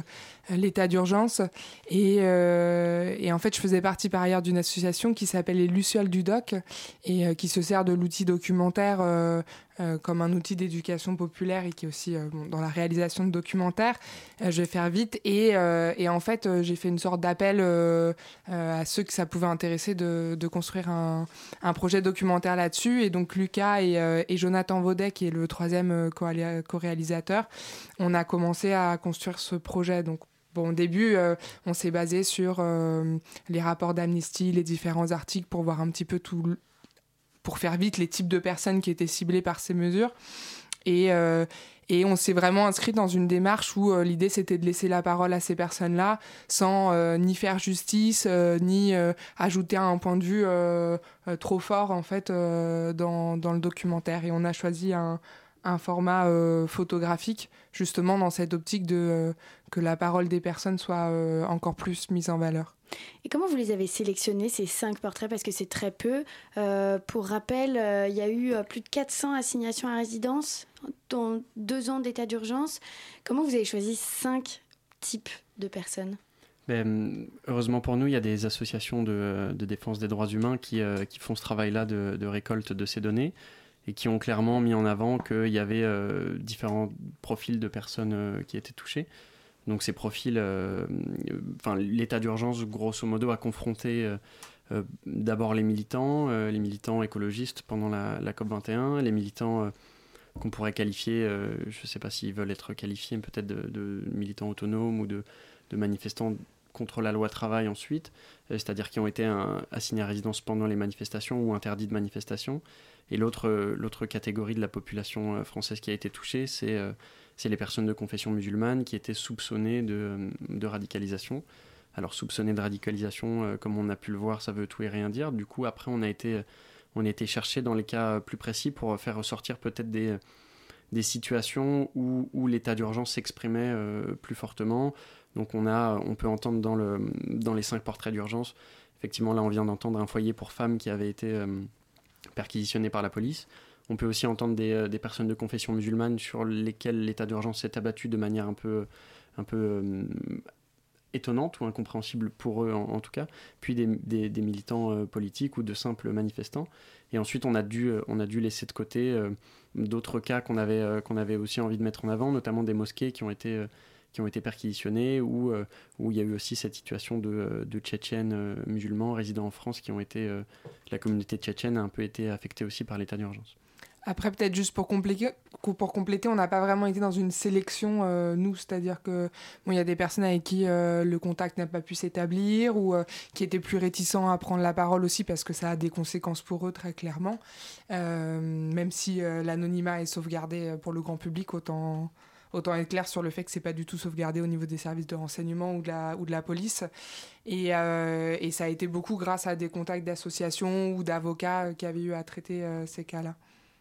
l'état d'urgence. Et, euh, et en fait, je faisais partie par ailleurs d'une association qui s'appelle les Lucioles du Doc et euh, qui se sert de l'outil documentaire euh, euh, comme un outil d'éducation populaire et qui est aussi euh, bon, dans la réalisation de documentaires. Euh, je vais faire vite. Et, euh, et en fait, euh, j'ai fait une sorte d'appel euh, euh, à ceux que ça pouvait intéresser de, de construire un, un projet documentaire là-dessus. Et donc, Lucas et, euh, et Jonathan Vaudet, qui est le troisième euh, co-réalisateur, on a commencé à construire ce projet. Donc, bon, au début, euh, on s'est basé sur euh, les rapports d'Amnesty, les différents articles pour voir un petit peu tout, pour faire vite les types de personnes qui étaient ciblées par ces mesures. Et, euh, et on s'est vraiment inscrit dans une démarche où euh, l'idée, c'était de laisser la parole à ces personnes-là sans euh, ni faire justice, euh, ni euh, ajouter un point de vue euh, euh, trop fort, en fait, euh, dans, dans le documentaire. Et on a choisi un, un format euh, photographique, justement dans cette optique de euh, que la parole des personnes soit euh, encore plus mise en valeur. Et comment vous les avez sélectionnés, ces cinq portraits, parce que c'est très peu. Euh, pour rappel, euh, il y a eu plus de quatre cents assignations à résidence dans deux ans d'état d'urgence. Comment vous avez choisi cinq types de personnes ? Ben, heureusement pour nous, il y a des associations de, de défense des droits humains qui, euh, qui font ce travail-là de, de récolte de ces données et qui ont clairement mis en avant qu'il y avait euh, différents profils de personnes euh, qui étaient touchées. Donc ces profils, euh, enfin, l'état d'urgence, grosso modo, a confronté euh, euh, d'abord les militants, euh, les militants écologistes pendant la, la COP vingt et un, les militants euh, qu'on pourrait qualifier, euh, je ne sais pas s'ils veulent être qualifiés, peut-être de, de militants autonomes ou de, de manifestants contre la loi travail ensuite, euh, c'est-à-dire qui ont été un, assignés à résidence pendant les manifestations ou interdits de manifestation. Et l'autre, euh, l'autre catégorie de la population euh, française qui a été touchée, c'est... Euh, c'est les personnes de confession musulmane qui étaient soupçonnées de, de radicalisation. Alors soupçonnées de radicalisation, euh, comme on a pu le voir, ça veut tout et rien dire. Du coup, après, on a été, on a été chercher dans les cas plus précis pour faire ressortir peut-être des, des situations où, où l'état d'urgence s'exprimait euh, plus fortement. Donc on, a, on peut entendre dans, le, dans les cinq portraits d'urgence, effectivement, là, on vient d'entendre un foyer pour femmes qui avait été euh, perquisitionné par la police. On peut aussi entendre des, euh, des personnes de confession musulmane sur lesquelles l'état d'urgence s'est abattu de manière un peu, un peu euh, étonnante ou incompréhensible pour eux en, en tout cas, puis des, des, des militants euh, politiques ou de simples manifestants. Et ensuite, on a dû, euh, on a dû laisser de côté euh, d'autres cas qu'on avait, euh, qu'on avait aussi envie de mettre en avant, notamment des mosquées qui ont été, euh, qui ont été perquisitionnées, où, euh, où il y a eu aussi cette situation de, de Tchétchènes euh, musulmans résidant en France qui ont été... Euh, la communauté tchétchène a un peu été affectée aussi par l'état d'urgence. Après, peut-être juste pour compléter, pour compléter on n'a pas vraiment été dans une sélection, euh, nous, c'est-à-dire que bon, y a des personnes avec qui euh, le contact n'a pas pu s'établir ou euh, qui étaient plus réticents à prendre la parole aussi parce que ça a des conséquences pour eux, très clairement. Euh, même si euh, l'anonymat est sauvegardé pour le grand public, autant, autant être clair sur le fait que c'est pas du tout sauvegardé au niveau des services de renseignement ou de la, ou de la police. Et, euh, et ça a été beaucoup grâce à des contacts d'associations ou d'avocats qui avaient eu à traiter euh, ces cas-là.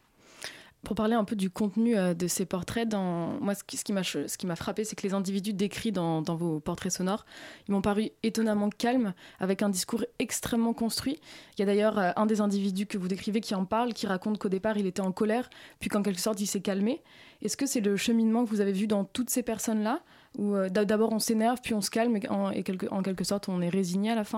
Pour parler un peu du contenu euh, de ces portraits, dans... moi, ce qui, ce qui m'a, ce qui m'a frappé, c'est que les individus décrits dans, dans vos portraits sonores, ils m'ont paru étonnamment calmes, avec un discours extrêmement construit. Il y a d'ailleurs euh, un des individus que vous décrivez qui en parle, qui raconte qu'au départ, il était en colère, puis qu'en quelque sorte, il s'est calmé. Est-ce que c'est le cheminement que vous avez vu dans toutes ces personnes-là, où euh, d'abord on s'énerve, puis on se calme, et en, et quelque, en quelque sorte, on est résigné à la fin ?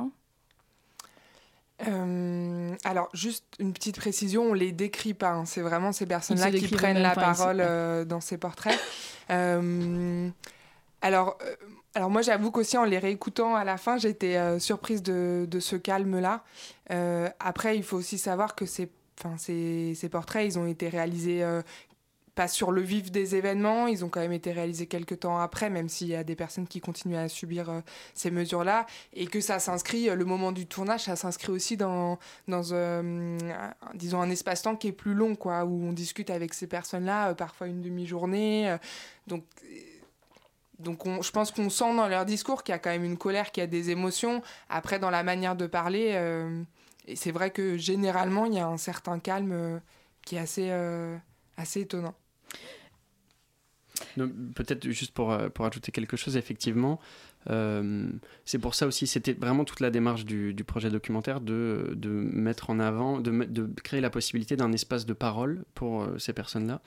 Euh, alors, juste une petite précision, on les décrit pas. Hein. C'est vraiment ces personnes-là qui prennent la parole euh, dans ces portraits. Euh, alors, euh, alors, moi, j'avoue qu'aussi, en les réécoutant à la fin, j'étais euh, surprise de, de ce calme-là. Euh, après, il faut aussi savoir que ces, ces, ces portraits, ils ont été réalisés... Euh, pas sur le vif des événements, ils ont quand même été réalisés quelques temps après, même s'il y a des personnes qui continuent à subir euh, ces mesures-là, et que ça s'inscrit, le moment du tournage, ça s'inscrit aussi dans, dans euh, disons, un espace-temps qui est plus long, quoi, où on discute avec ces personnes-là, euh, parfois une demi-journée. Euh, donc, donc on, je pense qu'on sent dans leur discours qu'il y a quand même une colère, qu'il y a des émotions. Après, dans la manière de parler, euh, et c'est vrai que généralement, il y a un certain calme euh, qui est assez, euh, assez étonnant. Donc, peut-être juste pour, pour ajouter quelque chose, effectivement, euh, c'est pour ça aussi, c'était vraiment toute la démarche du, du projet documentaire de, de mettre en avant, de, de créer la possibilité d'un espace de parole pour euh, ces personnes-là.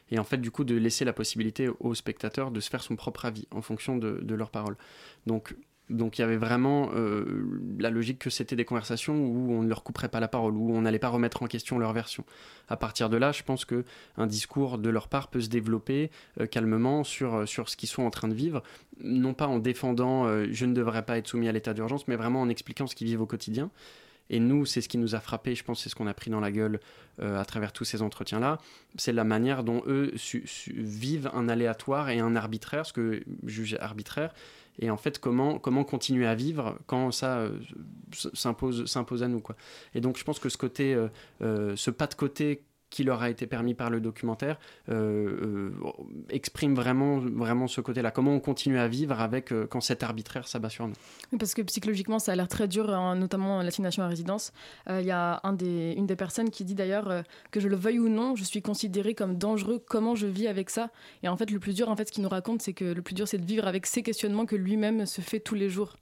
Et en fait, du coup, de laisser la possibilité au spectateur de se faire son propre avis en fonction de, de leurs paroles. Donc, donc il y avait vraiment euh, la logique que c'était des conversations où on ne leur couperait pas la parole, où on n'allait pas remettre en question leur version. À partir de là, je pense qu'un discours de leur part peut se développer euh, calmement sur, sur ce qu'ils sont en train de vivre, non pas en défendant euh, « je ne devrais pas être soumis à l'état d'urgence », mais vraiment en expliquant ce qu'ils vivent au quotidien. Et nous, c'est ce qui nous a frappé, je pense, c'est ce qu'on a pris dans la gueule euh, à travers tous ces entretiens-là, c'est la manière dont eux su- su- vivent un aléatoire et un arbitraire, ce que jugent arbitraire, et en fait, comment, comment continuer à vivre quand ça euh, s'impose, s'impose à nous, quoi. Et donc, je pense que ce côté, euh, euh, ce pas de côté qui leur a été permis par le documentaire euh, euh, exprime vraiment, vraiment ce côté-là. Comment on continue à vivre avec euh, quand cet arbitraire s'abat sur nous. Oui, parce que psychologiquement, ça a l'air très dur, hein, notamment l'assignation à résidence. Il euh, y a un des, une des personnes qui dit d'ailleurs euh, que je le veuille ou non, je suis considérée comme dangereux. Comment je vis avec ça ? Et en fait, le plus dur, en fait, ce qu'il nous raconte, c'est que le plus dur, c'est de vivre avec ces questionnements que lui-même se fait tous les jours.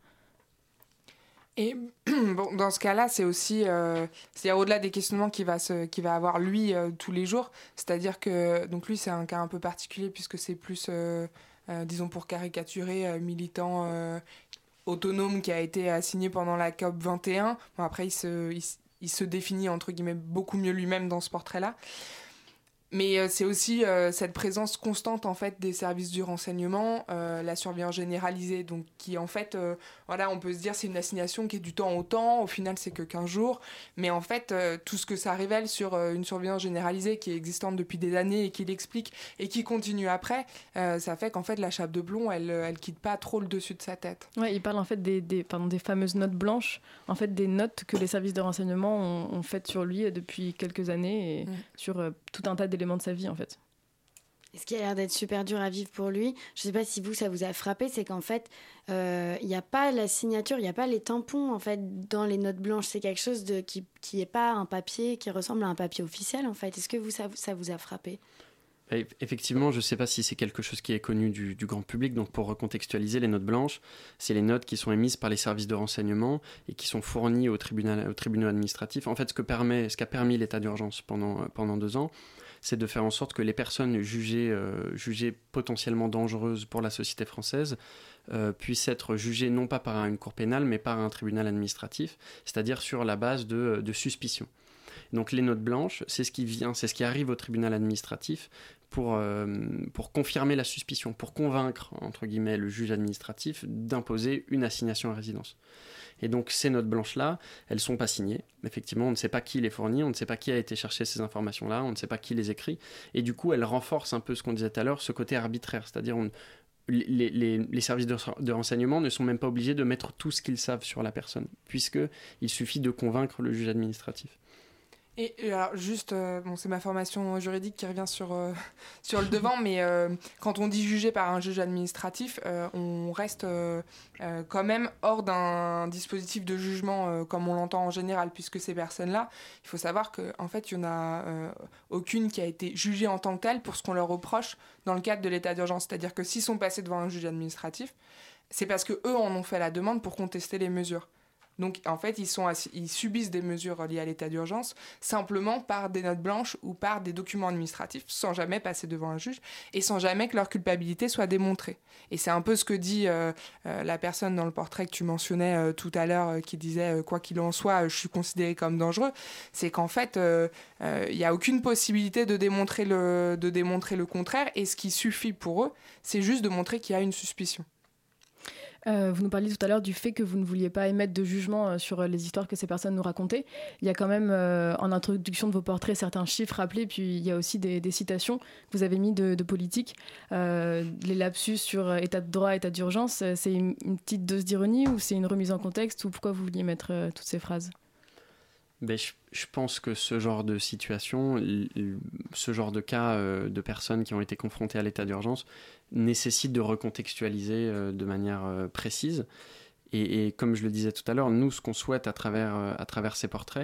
Et bon, dans ce cas-là, c'est aussi, euh, c'est-à-dire au-delà des questionnements qu'il va, se, qu'il va avoir lui euh, tous les jours, c'est-à-dire que, donc lui c'est un cas un peu particulier puisque c'est plus, euh, euh, disons pour caricaturer, euh, militant euh, autonome qui a été assigné pendant la COP vingt et un. Bon, après, il se, il, il se définit entre guillemets beaucoup mieux lui-même dans ce portrait-là. Mais euh, c'est aussi euh, cette présence constante en fait des services du renseignement, euh, la surveillance généralisée, donc qui en fait, euh, voilà, on peut se dire c'est une assignation qui est du temps au temps, au final c'est que quinze jours, mais en fait euh, tout ce que ça révèle sur euh, une surveillance généralisée qui est existante depuis des années et qui l'explique et qui continue après, euh, ça fait qu'en fait la chape de plomb elle, elle quitte pas trop le dessus de sa tête. Ouais, il parle en fait des, des, pardon, des fameuses notes blanches, en fait des notes que les services de renseignement ont, ont faites sur lui depuis quelques années et mmh. sur euh, tout un tas d'éléments de sa vie en fait. Et ce qui a l'air d'être super dur à vivre pour lui, je ne sais pas si vous ça vous a frappé, c'est qu'en fait il euh, n'y a pas la signature, il n'y a pas les tampons en fait dans les notes blanches, c'est quelque chose de, qui qui est pas un papier qui ressemble à un papier officiel en fait. Est-ce que vous ça, ça vous a frappé ? Effectivement, je ne sais pas si c'est quelque chose qui est connu du, du grand public, donc pour recontextualiser, les notes blanches, c'est les notes qui sont émises par les services de renseignement et qui sont fournies au tribunal, au tribunal administratif. En fait, ce que permet, ce qu'a permis l'état d'urgence pendant, pendant deux ans, c'est de faire en sorte que les personnes jugées, euh, jugées potentiellement dangereuses pour la société française euh, puissent être jugées non pas par une cour pénale, mais par un tribunal administratif, c'est-à-dire sur la base de, de suspicion. Donc les notes blanches, c'est ce qui vient, c'est ce qui arrive au tribunal administratif pour, euh, pour confirmer la suspicion, pour convaincre, entre guillemets, le juge administratif d'imposer une assignation à résidence. Et donc ces notes blanches-là, elles ne sont pas signées. Effectivement, on ne sait pas qui les fournit, on ne sait pas qui a été chercher ces informations-là, on ne sait pas qui les écrit. Et du coup, elles renforcent un peu ce qu'on disait tout à l'heure, ce côté arbitraire. C'est-à-dire on, les, les, les services de, de renseignement ne sont même pas obligés de mettre tout ce qu'ils savent sur la personne, puisqu'il suffit de convaincre le juge administratif. Et alors juste, euh, bon, c'est ma formation juridique qui revient sur, euh, sur le devant, mais euh, quand on dit jugé par un juge administratif, euh, on reste euh, euh, quand même hors d'un dispositif de jugement euh, comme on l'entend en général, puisque ces personnes-là, il faut savoir qu'en fait, il n'y en a euh, aucune qui a été jugée en tant que telle pour ce qu'on leur reproche dans le cadre de l'état d'urgence. C'est-à-dire que s'ils sont passés devant un juge administratif, c'est parce qu'eux en ont fait la demande pour contester les mesures. Donc, en fait, ils, sont assis, ils subissent des mesures liées à l'état d'urgence simplement par des notes blanches ou par des documents administratifs, sans jamais passer devant un juge et sans jamais que leur culpabilité soit démontrée. Et c'est un peu ce que dit euh, euh, la personne dans le portrait que tu mentionnais euh, tout à l'heure, euh, qui disait euh, « quoi qu'il en soit, euh, je suis considéré comme dangereux », c'est qu'en fait, il euh, n'y euh, a aucune possibilité de démontrer, le, de démontrer le contraire, et ce qui suffit pour eux, c'est juste de montrer qu'il y a une suspicion. Euh, vous nous parliez tout à l'heure du fait que vous ne vouliez pas émettre de jugement euh, sur les histoires que ces personnes nous racontaient. Il y a quand même, euh, en introduction de vos portraits, certains chiffres rappelés, puis il y a aussi des, des citations que vous avez mis de, de politique. Euh, les lapsus sur état de droit, état d'urgence, c'est une, une petite dose d'ironie ou c'est une remise en contexte, ou pourquoi vous vouliez mettre euh, toutes ces phrases ? Ben, je, je pense que ce genre de situation, ce genre de cas euh, de personnes qui ont été confrontées à l'état d'urgence nécessite de recontextualiser euh, de manière euh, précise. Et, et comme je le disais tout à l'heure, nous, ce qu'on souhaite à travers, euh, à travers ces portraits,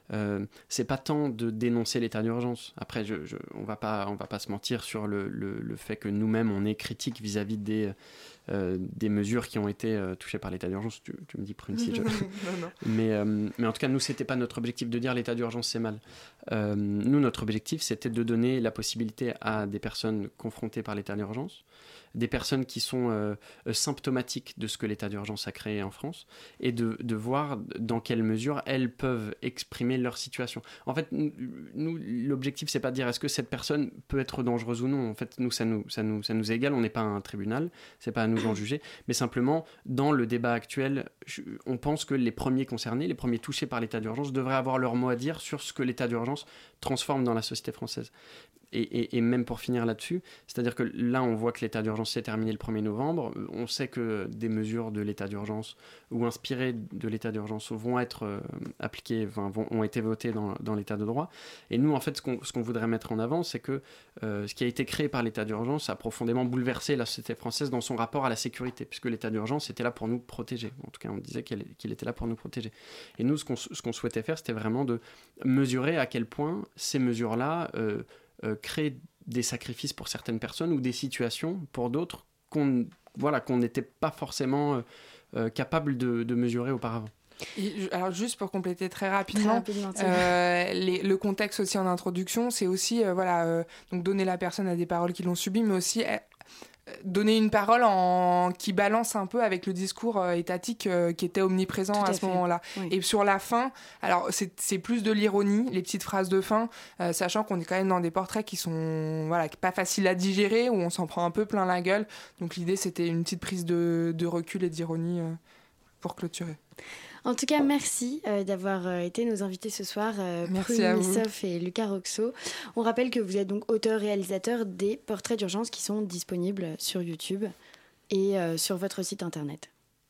euh, c'est pas tant de dénoncer l'état d'urgence. Après, je, je, on va pas, on va pas se mentir sur le, le, le fait que nous-mêmes, on est critique vis-à-vis des, euh, des mesures qui ont été euh, touchées par l'état d'urgence. Tu, tu me dis, Prune, si je... non, non. Mais, euh, mais en tout cas, nous, c'était pas notre objectif de dire l'état d'urgence, c'est mal. Euh, nous, notre objectif, c'était de donner la possibilité à des personnes confrontées par l'état d'urgence, des personnes qui sont euh, symptomatiques de ce que l'état d'urgence a créé en France, et de, de voir dans quelle mesure elles peuvent exprimer leur situation. En fait, nous, l'objectif, c'est pas de dire est-ce que cette personne peut être dangereuse ou non. En fait, nous, ça nous, ça nous, ça nous est égal, on n'est pas un tribunal, c'est pas à nous d'en juger, mais simplement, dans le débat actuel, je, on pense que les premiers concernés, les premiers touchés par l'état d'urgence, devraient avoir leur mot à dire sur ce que l'état d'urgence transforme dans la société française. Et, et, et même pour finir là-dessus, c'est-à-dire que là, on voit que l'état d'urgence s'est terminé le premier novembre. On sait que des mesures de l'état d'urgence ou inspirées de l'état d'urgence vont être euh, appliquées, enfin, vont, ont été votées dans, dans l'état de droit. Et nous, en fait, ce qu'on, ce qu'on voudrait mettre en avant, c'est que euh, ce qui a été créé par l'état d'urgence a profondément bouleversé la société française dans son rapport à la sécurité, puisque l'état d'urgence était là pour nous protéger. En tout cas, on disait qu'il, qu'il était là pour nous protéger. Et nous, ce qu'on, ce qu'on souhaitait faire, c'était vraiment de mesurer à quel point ces mesures-là euh, Euh, créer des sacrifices pour certaines personnes ou des situations pour d'autres qu'on voilà, qu'on n'était pas forcément euh, euh, capable de, de mesurer auparavant. Et, alors juste pour compléter très rapidement, très rapidement euh, les, le contexte aussi en introduction, c'est aussi euh, voilà, euh, donc donner la personne à des paroles qui l'ont subi, mais aussi euh, donner une parole en... qui balance un peu avec le discours euh, étatique euh, qui était omniprésent à, à ce fait. moment-là. Oui. Et sur la fin, alors c'est, c'est plus de l'ironie, les petites phrases de fin, euh, sachant qu'on est quand même dans des portraits qui sont voilà, pas faciles à digérer, où on s'en prend un peu plein la gueule. Donc l'idée, c'était une petite prise de, de recul et d'ironie euh, pour clôturer. En tout cas, merci euh, d'avoir euh, été nos invités ce soir, euh, Prune Missoff et Lucas Roxo. On rappelle que vous êtes donc auteur-réalisateur des portraits d'urgence qui sont disponibles sur YouTube et euh, sur votre site internet.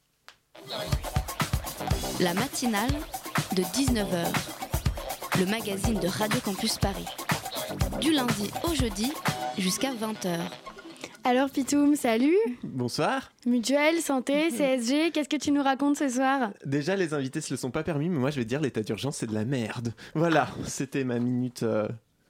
La matinale de dix-neuf heures, le magazine de Radio Campus Paris. Du lundi au jeudi jusqu'à vingt heures. Alors Pitoum, salut. Bonsoir. Mutuelle, santé, C S G, qu'est-ce que tu nous racontes ce soir ? Déjà, les invités se le sont pas permis, mais moi je vais dire l'état d'urgence c'est de la merde. Voilà, c'était ma minute... Euh...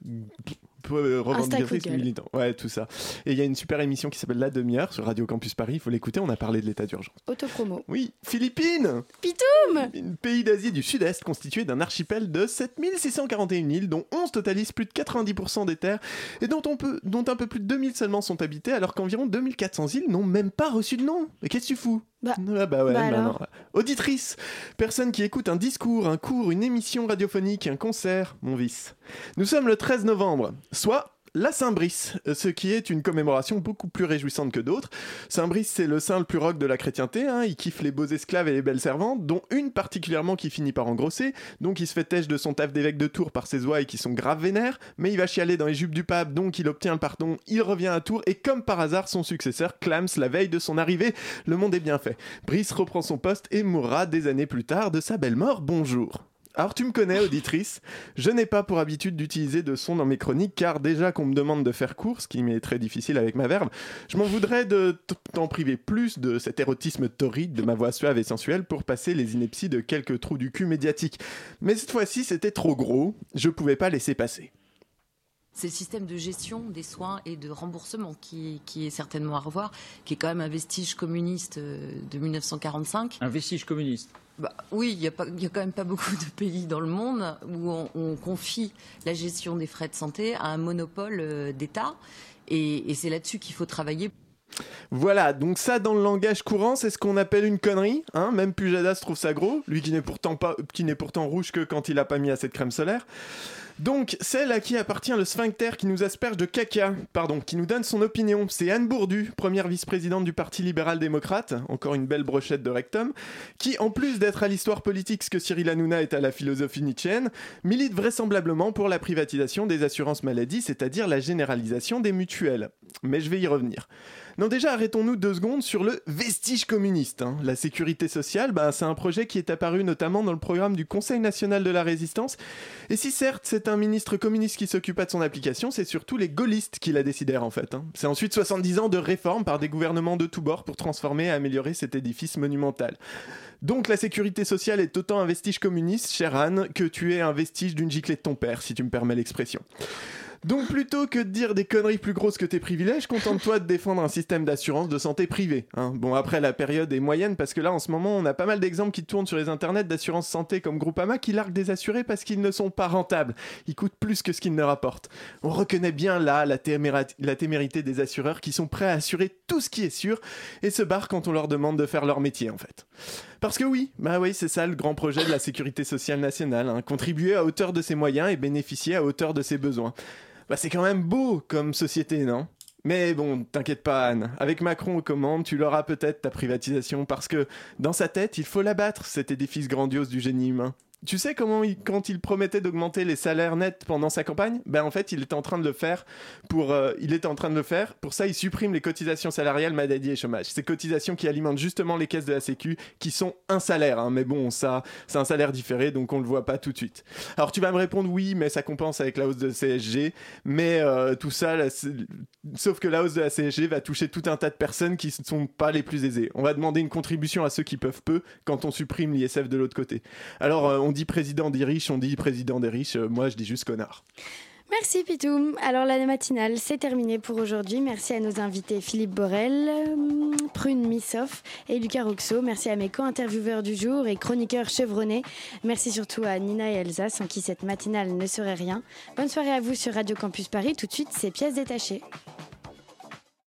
Euh, revendicatrice militant, ouais, tout ça. Et il y a une super émission qui s'appelle La Demi-heure sur Radio Campus Paris, il faut l'écouter, on a parlé de l'état d'urgence. Autopromo. Oui, Philippines. Pitoum. Un pays d'Asie du Sud-Est constitué d'un archipel de sept mille six cent quarante et une îles, dont onze totalisent plus de quatre-vingt-dix pour cent des terres, et dont, on peut, dont un peu plus de deux mille seulement sont habitées, alors qu'environ deux mille quatre cents îles n'ont même pas reçu de nom. Mais qu'est-ce que tu fous ? Bah, ah bah ouais, bah bah non. Auditrice, personne qui écoute un discours, un cours, une émission radiophonique, un concert, mon vice. Nous sommes le treize novembre, soit la Saint-Brice, ce qui est une commémoration beaucoup plus réjouissante que d'autres. Saint-Brice, c'est le saint le plus rock de la chrétienté, hein. Il kiffe les beaux esclaves et les belles servantes, dont une particulièrement qui finit par engrosser, donc il se fait têche de son taf d'évêque de Tours par ses ouailles qui sont grave vénères, mais il va chialer dans les jupes du pape, donc il obtient le pardon, il revient à Tours, et comme par hasard, son successeur clame la veille de son arrivée. Le monde est bien fait. Brice reprend son poste et mourra des années plus tard de sa belle mort. Bonjour. Alors tu me connais, auditrice, je n'ai pas pour habitude d'utiliser de son dans mes chroniques, car déjà qu'on me demande de faire court, ce qui m'est très difficile avec ma verve, je m'en voudrais de t'en priver plus de cet érotisme torride de ma voix suave et sensuelle pour passer les inepties de quelques trous du cul médiatiques. Mais cette fois-ci, c'était trop gros, je pouvais pas laisser passer. C'est le système de gestion des soins et de remboursement qui, qui est certainement à revoir, qui est quand même un vestige communiste de dix-neuf cent quarante-cinq. Un vestige communiste ? Bah, oui, il n'y a, a quand même pas beaucoup de pays dans le monde où on, on confie la gestion des frais de santé à un monopole euh, d'État. Et, et c'est là-dessus qu'il faut travailler. Voilà, donc ça dans le langage courant, c'est ce qu'on appelle une connerie, hein. Même Pujadas trouve ça gros, lui qui n'est pourtant pas, qui n'est pourtant rouge que quand il a pas mis assez de crème solaire. Donc, celle à qui appartient le sphincter qui nous asperge de caca, pardon, qui nous donne son opinion, c'est Anne Bourdu, première vice-présidente du Parti libéral-démocrate, encore une belle brochette de rectum, qui, en plus d'être à l'histoire politique ce que Cyril Hanouna est à la philosophie nietzschéenne, milite vraisemblablement pour la privatisation des assurances maladie, c'est-à-dire la généralisation des mutuelles. Mais je vais y revenir. Non, déjà, arrêtons-nous deux secondes sur le vestige communiste. Hein. La sécurité sociale, bah, c'est un projet qui est apparu notamment dans le programme du Conseil national de la résistance. Et si certes, c'est un ministre communiste qui s'occupa de son application, c'est surtout les gaullistes qui la décidèrent en fait. Hein. C'est ensuite soixante-dix ans de réformes par des gouvernements de tous bords pour transformer et améliorer cet édifice monumental. Donc la sécurité sociale est autant un vestige communiste, chère Anne, que tu es un vestige d'une giclée de ton père, si tu me permets l'expression. Donc plutôt que de dire des conneries plus grosses que tes privilèges, contente-toi de défendre un système d'assurance de santé privée. Hein. Bon, après, la période est moyenne parce que là, en ce moment, on a pas mal d'exemples qui tournent sur les internets d'assurance santé comme Groupama qui larguent des assurés parce qu'ils ne sont pas rentables. Ils coûtent plus que ce qu'ils ne rapportent. On reconnaît bien là la, téméra- la témérité des assureurs qui sont prêts à assurer tout ce qui est sûr et se barrent quand on leur demande de faire leur métier, en fait. Parce que oui, bah oui, c'est ça le grand projet de la sécurité sociale nationale. Hein. Contribuer à hauteur de ses moyens et bénéficier à hauteur de ses besoins. Bah c'est quand même beau comme société, non ? Mais bon, t'inquiète pas Anne, avec Macron aux commandes, tu l'auras peut-être ta privatisation parce que dans sa tête, il faut l'abattre, cet édifice grandiose du génie humain. Tu sais comment il, quand il promettait d'augmenter les salaires nets pendant sa campagne, ben en fait il était en train de le faire pour euh, il était en train de le faire pour ça il supprime les cotisations salariales maladie et chômage, ces cotisations qui alimentent justement les caisses de la Sécu qui sont un salaire hein, mais bon ça c'est un salaire différé donc on le voit pas tout de suite. Alors tu vas me répondre oui mais ça compense avec la hausse de C S G mais euh, tout ça là, sauf que la hausse de la C S G va toucher tout un tas de personnes qui ne sont pas les plus aisées. On va demander une contribution à ceux qui peuvent peu quand on supprime l'I S F de l'autre côté. Alors euh, on dit président des riches, on dit président des riches, euh, moi je dis juste connard. Merci Pitoum. Alors la matinale c'est terminé pour aujourd'hui. Merci à nos invités Philippe Borel, Prune Missoff et Lucas Roxo. Merci à mes co-intervieweurs du jour et chroniqueurs chevronnés. Merci surtout à Nina et Elsa sans qui cette matinale ne serait rien. Bonne soirée à vous sur Radio Campus Paris. Tout de suite c'est Pièces détachées.